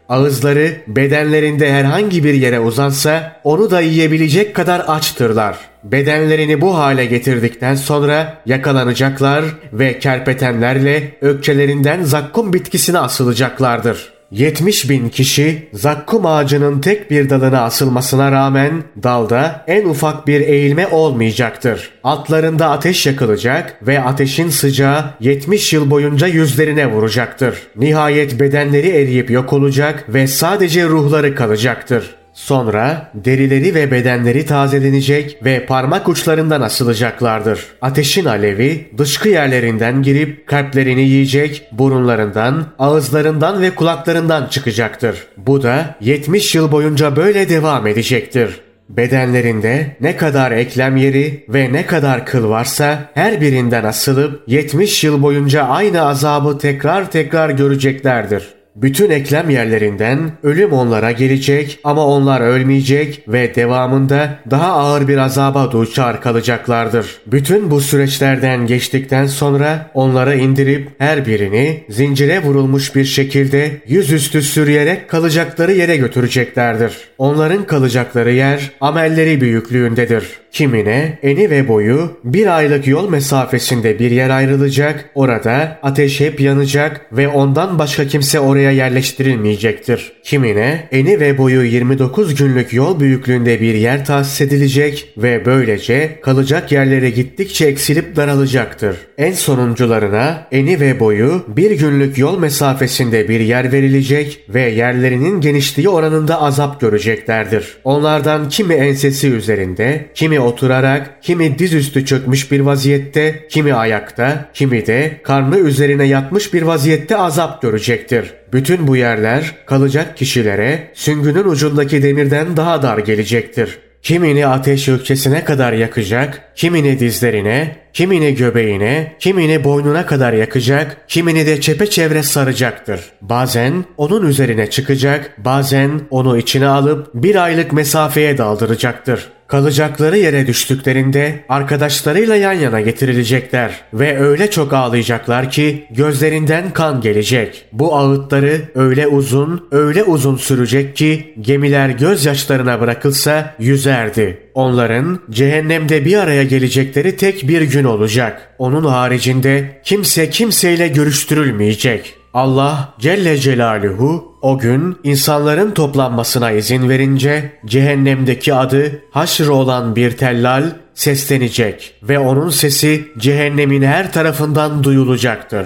Ağızları bedenlerinde herhangi bir yere uzansa onu da yiyebilecek kadar açtırlar. Bedenlerini bu hale getirdikten sonra yakalanacaklar ve kerpetenlerle ökçelerinden zakkum bitkisine asılacaklardır. yetmiş bin kişi zakkum ağacının tek bir dalına asılmasına rağmen dalda en ufak bir eğilme olmayacaktır. Altlarında ateş yakılacak ve ateşin sıcağı yetmiş yıl boyunca yüzlerine vuracaktır. Nihayet bedenleri eriyip yok olacak ve sadece ruhları kalacaktır. Sonra derileri ve bedenleri tazelenecek ve parmak uçlarından asılacaklardır. Ateşin alevi dışkı yerlerinden girip kalplerini yiyecek, burunlarından, ağızlarından ve kulaklarından çıkacaktır. Bu da yetmiş yıl boyunca böyle devam edecektir. Bedenlerinde ne kadar eklem yeri ve ne kadar kıl varsa her birinden asılıp yetmiş yıl boyunca aynı azabı tekrar tekrar göreceklerdir. Bütün eklem yerlerinden ölüm onlara gelecek ama onlar ölmeyecek ve devamında daha ağır bir azaba duçar kalacaklardır. Bütün bu süreçlerden geçtikten sonra onları indirip her birini zincire vurulmuş bir şekilde yüzüstü sürüyerek kalacakları yere götüreceklerdir. Onların kalacakları yer amelleri büyüklüğündedir. Kimine eni ve boyu bir aylık yol mesafesinde bir yer ayrılacak, orada ateş hep yanacak ve ondan başka kimse oraya yerleştirilmeyecektir. Kimine eni ve boyu yirmi dokuz günlük yol büyüklüğünde bir yer tahsis edilecek ve böylece kalacak yerleri gittikçe eksilip daralacaktır. En sonuncularına eni ve boyu bir günlük yol mesafesinde bir yer verilecek ve yerlerinin genişliği oranında azap göreceklerdir. Onlardan kimi ensesi üzerinde, kimi oturarak, kimi dizüstü çökmüş bir vaziyette, kimi ayakta, kimi de karnı üzerine yatmış bir vaziyette azap görecektir. Bütün bu yerler kalacak kişilere süngünün ucundaki demirden daha dar gelecektir. Kimini ateş ökçesine kadar yakacak, kimini dizlerine, kimini göbeğine, kimini boynuna kadar yakacak, kimini de çepeçevre saracaktır. Bazen onun üzerine çıkacak, bazen onu içine alıp bir aylık mesafeye daldıracaktır. Kalacakları yere düştüklerinde arkadaşlarıyla yan yana getirilecekler ve öyle çok ağlayacaklar ki gözlerinden kan gelecek. Bu ağıtları öyle uzun, öyle uzun sürecek ki gemiler gözyaşlarına bırakılsa yüzerdi. Onların cehennemde bir araya gelecekleri tek bir gün olacak. Onun haricinde kimse kimseyle görüştürülmeyecek. Allah Celle Celaluhu o gün insanların toplanmasına izin verince cehennemdeki adı haşr olan bir tellal seslenecek ve onun sesi cehennemin her tarafından duyulacaktır.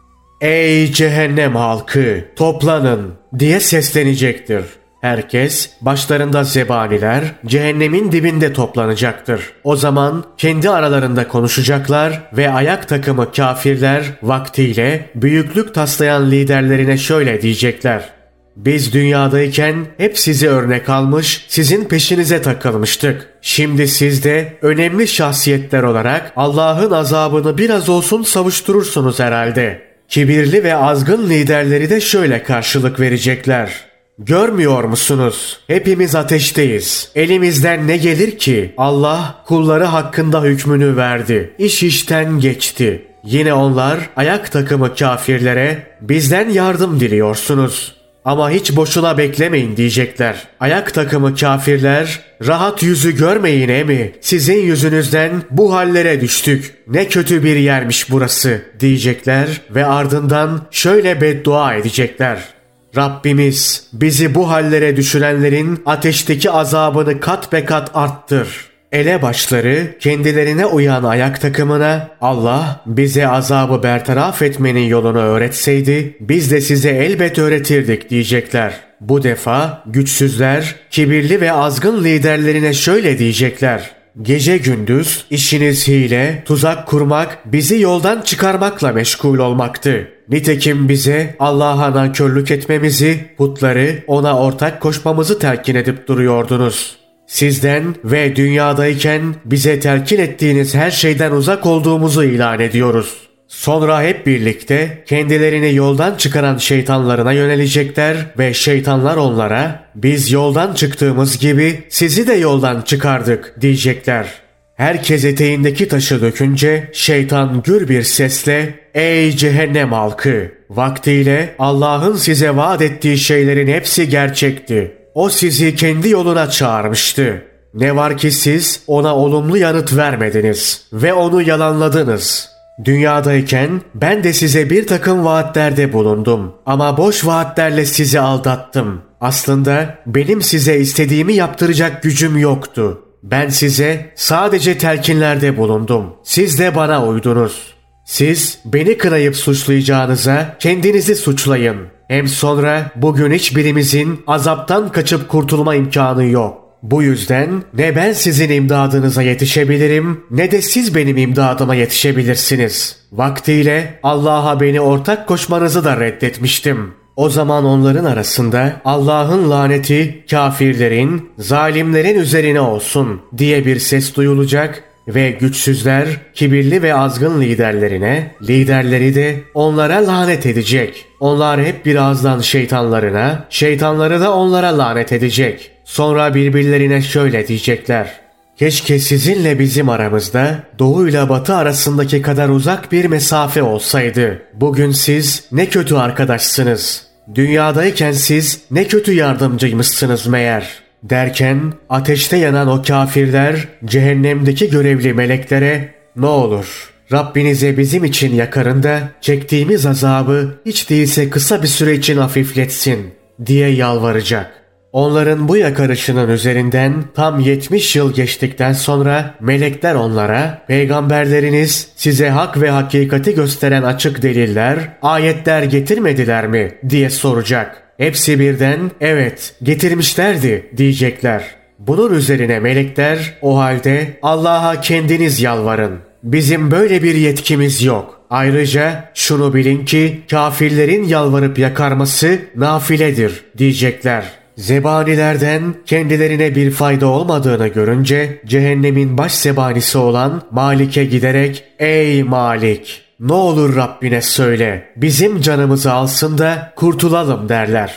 Ey cehennem halkı, toplanın diye seslenecektir. Herkes başlarında zebaniler cehennemin dibinde toplanacaktır. O zaman kendi aralarında konuşacaklar ve ayak takımı kafirler vaktiyle büyüklük taslayan liderlerine şöyle diyecekler: Biz dünyadayken hep sizi örnek almış, sizin peşinize takılmıştık. Şimdi siz de önemli şahsiyetler olarak Allah'ın azabını biraz olsun savuşturursunuz herhalde. Kibirli ve azgın liderleri de şöyle karşılık verecekler: Görmüyor musunuz? Hepimiz ateşteyiz. Elimizden ne gelir ki? Allah kulları hakkında hükmünü verdi. İş işten geçti. Yine onlar ayak takımı kafirlere bizden yardım diliyorsunuz. Ama hiç boşuna beklemeyin diyecekler. Ayak takımı kafirler rahat yüzü görmeyin emi. Sizin yüzünüzden bu hallere düştük. Ne kötü bir yermiş burası diyecekler ve ardından şöyle beddua edecekler: Rabbimiz bizi bu hallere düşürenlerin ateşteki azabını kat be kat arttır. Elebaşları kendilerine uyan ayak takımına Allah bize azabı bertaraf etmenin yolunu öğretseydi biz de size elbet öğretirdik diyecekler. Bu defa güçsüzler kibirli ve azgın liderlerine şöyle diyecekler: Gece gündüz işiniz hile, tuzak kurmak, bizi yoldan çıkarmakla meşgul olmaktı. Nitekim bize Allah'a nankörlük etmemizi, putları ona ortak koşmamızı telkin edip duruyordunuz. Sizden ve dünyadayken bize telkin ettiğiniz her şeyden uzak olduğumuzu ilan ediyoruz. Sonra hep birlikte kendilerini yoldan çıkaran şeytanlarına yönelecekler ve şeytanlar onlara biz yoldan çıktığımız gibi sizi de yoldan çıkardık diyecekler. Herkes eteğindeki taşı dökünce şeytan gür bir sesle ey cehennem halkı Vaktiyle Allah'ın size vaat ettiği şeylerin hepsi gerçekti. O sizi kendi yoluna çağırmıştı. Ne var ki siz ona olumlu yanıt vermediniz ve onu yalanladınız. Dünyadayken ben de size bir takım vaatlerde bulundum ama boş vaatlerle sizi aldattım. Aslında benim size istediğimi yaptıracak gücüm yoktu. Ben size sadece telkinlerde bulundum. Siz de bana uydunuz. Siz beni kınayıp suçlayacağınıza kendinizi suçlayın. Hem sonra bugün hiçbirimizin azaptan kaçıp kurtulma imkanı yok. Bu yüzden ne ben sizin imdadınıza yetişebilirim ne de siz benim imdadıma yetişebilirsiniz. Vaktiyle Allah'a beni ortak koşmanızı da reddetmiştim. O zaman onların arasında Allah'ın laneti kafirlerin, zalimlerin üzerine olsun diye bir ses duyulacak ve güçsüzler, kibirli ve azgın liderlerine, liderleri de onlara lanet edecek. Onlar hep bir ağızdan şeytanlarına, şeytanları da onlara lanet edecek. Sonra birbirlerine şöyle diyecekler: keşke sizinle bizim aramızda doğuyla batı arasındaki kadar uzak bir mesafe olsaydı. Bugün siz ne kötü arkadaşsınız. Dünyadayken siz ne kötü yardımcıymışsınız meğer. Derken ateşte yanan o kafirler cehennemdeki görevli meleklere ne olur Rabbinize bizim için yakarın da çektiğimiz azabı hiç değilse kısa bir süre için hafifletsin diye yalvaracak. Onların bu yakarışının üzerinden tam yetmiş yıl geçtikten sonra melekler onlara peygamberleriniz size hak ve hakikati gösteren açık deliller, ayetler getirmediler mi diye soracak. Hepsi birden evet getirmişlerdi diyecekler. Bunun üzerine melekler o halde Allah'a kendiniz yalvarın. Bizim böyle bir yetkimiz yok. Ayrıca şunu bilin ki kafirlerin yalvarıp yakarması nafiledir diyecekler. Zebanilerden kendilerine bir fayda olmadığını görünce cehennemin baş zebanisi olan Malik'e giderek ''Ey Malik! Ne olur Rabbine söyle, bizim canımızı alsın da kurtulalım.'' derler.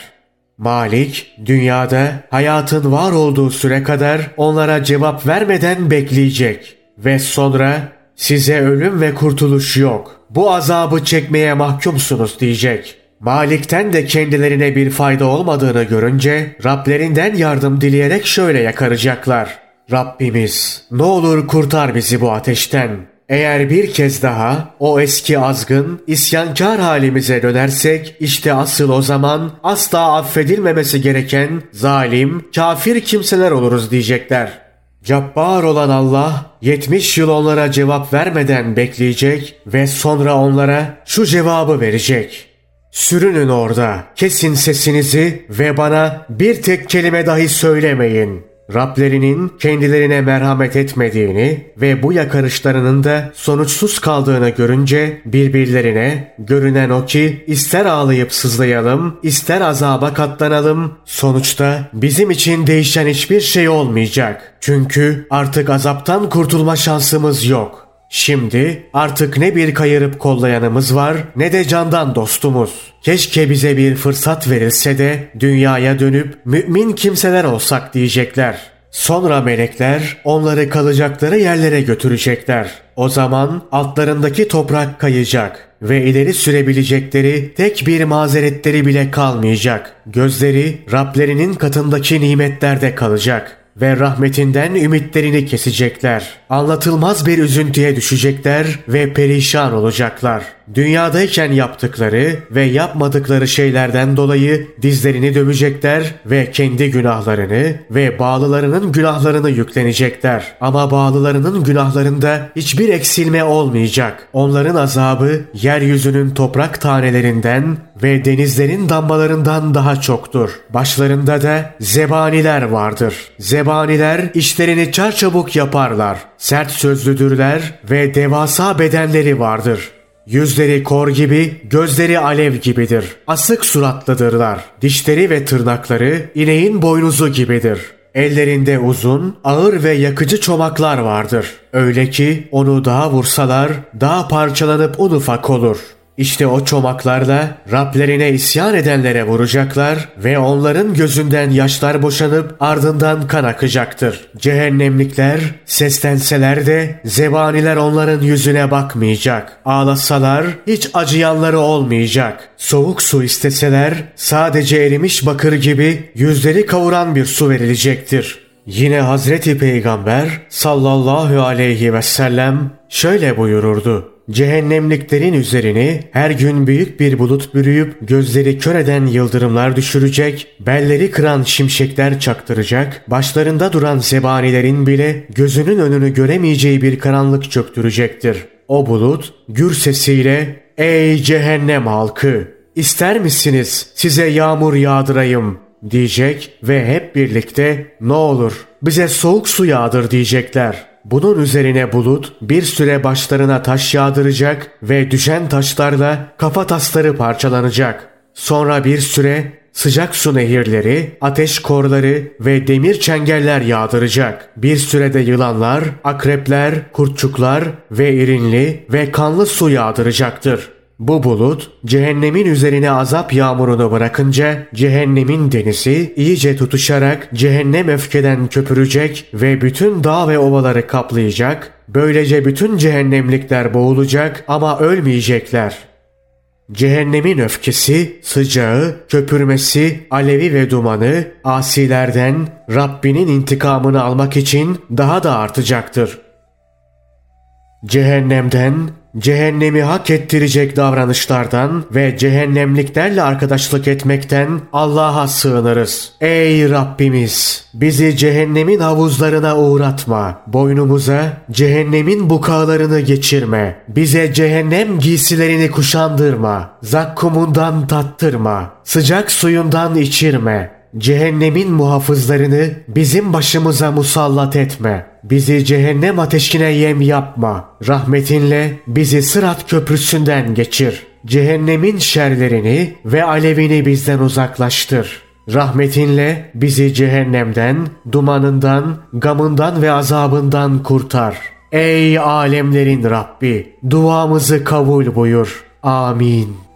Malik, dünyada hayatın var olduğu süre kadar onlara cevap vermeden bekleyecek ve sonra ''Size ölüm ve kurtuluş yok, bu azabı çekmeye mahkumsunuz.'' diyecek. Malik'ten de kendilerine bir fayda olmadığını görünce Rablerinden yardım dileyerek şöyle yakaracaklar: ''Rabbimiz, ne olur kurtar bizi bu ateşten. Eğer bir kez daha o eski azgın, isyankar halimize dönersek işte asıl o zaman asla affedilmemesi gereken zalim, kafir kimseler oluruz.'' diyecekler. Cabbar olan Allah yetmiş yıl onlara cevap vermeden bekleyecek ve sonra onlara şu cevabı verecek: ''Sürünün orada, kesin sesinizi ve bana bir tek kelime dahi söylemeyin.'' Rablerinin kendilerine merhamet etmediğini ve bu yakarışlarının da sonuçsuz kaldığını görünce birbirlerine görünen o ki ister ağlayıp sızlayalım, ister azaba katlanalım, sonuçta bizim için değişen hiçbir şey olmayacak. Çünkü artık azaptan kurtulma şansımız yok. Şimdi artık ne bir kayırıp kollayanımız var ne de candan dostumuz. Keşke bize bir fırsat verilse de dünyaya dönüp mümin kimseler olsak diyecekler. Sonra melekler onları kalacakları yerlere götürecekler. O zaman altlarındaki toprak kayacak ve ileri sürebilecekleri tek bir mazeretleri bile kalmayacak. Gözleri Rablerinin katındaki nimetlerde kalacak ve rahmetinden ümitlerini kesecekler. Anlatılmaz bir üzüntüye düşecekler ve perişan olacaklar. Dünyadayken yaptıkları ve yapmadıkları şeylerden dolayı dizlerini dövecekler ve kendi günahlarını ve bağlılarının günahlarını yüklenecekler. Ama bağlılarının günahlarında hiçbir eksilme olmayacak. Onların azabı yeryüzünün toprak tanelerinden ve denizlerin damlalarından daha çoktur. Başlarında da zebaniler vardır. Zebaniler işlerini çarçabuk yaparlar. Sert sözlüdürler ve devasa bedenleri vardır. Yüzleri kor gibi, gözleri alev gibidir. Asık suratlıdırlar. Dişleri ve tırnakları ineğin boynuzu gibidir. Ellerinde uzun, ağır ve yakıcı çomaklar vardır. Öyle ki onu dağa vursalar dağ parçalanıp un ufak olur. İşte o çomaklarla Rablerine isyan edenlere vuracaklar ve onların gözünden yaşlar boşanıp ardından kan akacaktır. Cehennemlikler seslenseler de zebaniler onların yüzüne bakmayacak. Ağlasalar hiç acıyanları olmayacak. Soğuk su isteseler sadece erimiş bakır gibi yüzleri kavuran bir su verilecektir. Yine Hazreti Peygamber sallallahu aleyhi ve sellem şöyle buyururdu. Cehennemliklerin üzerini her gün büyük bir bulut bürüyüp gözleri kör eden yıldırımlar düşürecek, belleri kıran şimşekler çaktıracak, başlarında duran zebanilerin bile gözünün önünü göremeyeceği bir karanlık çöktürecektir. O bulut gür sesiyle "Ey cehennem halkı! İster misiniz size yağmur yağdırayım?" diyecek ve hep birlikte "Ne olur bize soğuk su yağdır" diyecekler. Bunun üzerine bulut bir süre başlarına taş yağdıracak ve düşen taşlarla kafa tasları parçalanacak. Sonra bir süre sıcak su nehirleri, ateş korları ve demir çengeller yağdıracak. Bir sürede yılanlar, akrepler, kurtçuklar ve irinli ve kanlı su yağdıracaktır. Bu bulut cehennemin üzerine azap yağmurunu bırakınca cehennemin denizi iyice tutuşarak cehennem öfkeden köpürecek ve bütün dağ ve ovaları kaplayacak. Böylece bütün cehennemlikler boğulacak ama ölmeyecekler. Cehennemin öfkesi, sıcağı, köpürmesi, alevi ve dumanı asilerden Rabbinin intikamını almak için daha da artacaktır. Cehennemden, cehennemi hak ettirecek davranışlardan ve cehennemliklerle arkadaşlık etmekten Allah'a sığınırız. Ey Rabbimiz! Bizi cehennemin havuzlarına uğratma. Boynumuza cehennemin bukağılarını geçirme. Bize cehennem giysilerini kuşandırma. Zakkumundan tattırma. Sıcak suyundan içirme. Cehennemin muhafızlarını bizim başımıza musallat etme. Bizi cehennem ateşine yem yapma. Rahmetinle bizi Sırat köprüsünden geçir. Cehennemin şerlerini ve alevini bizden uzaklaştır. Rahmetinle bizi cehennemden, dumanından, gamından ve azabından kurtar. Ey alemlerin Rabbi! Duamızı kabul buyur. Amin.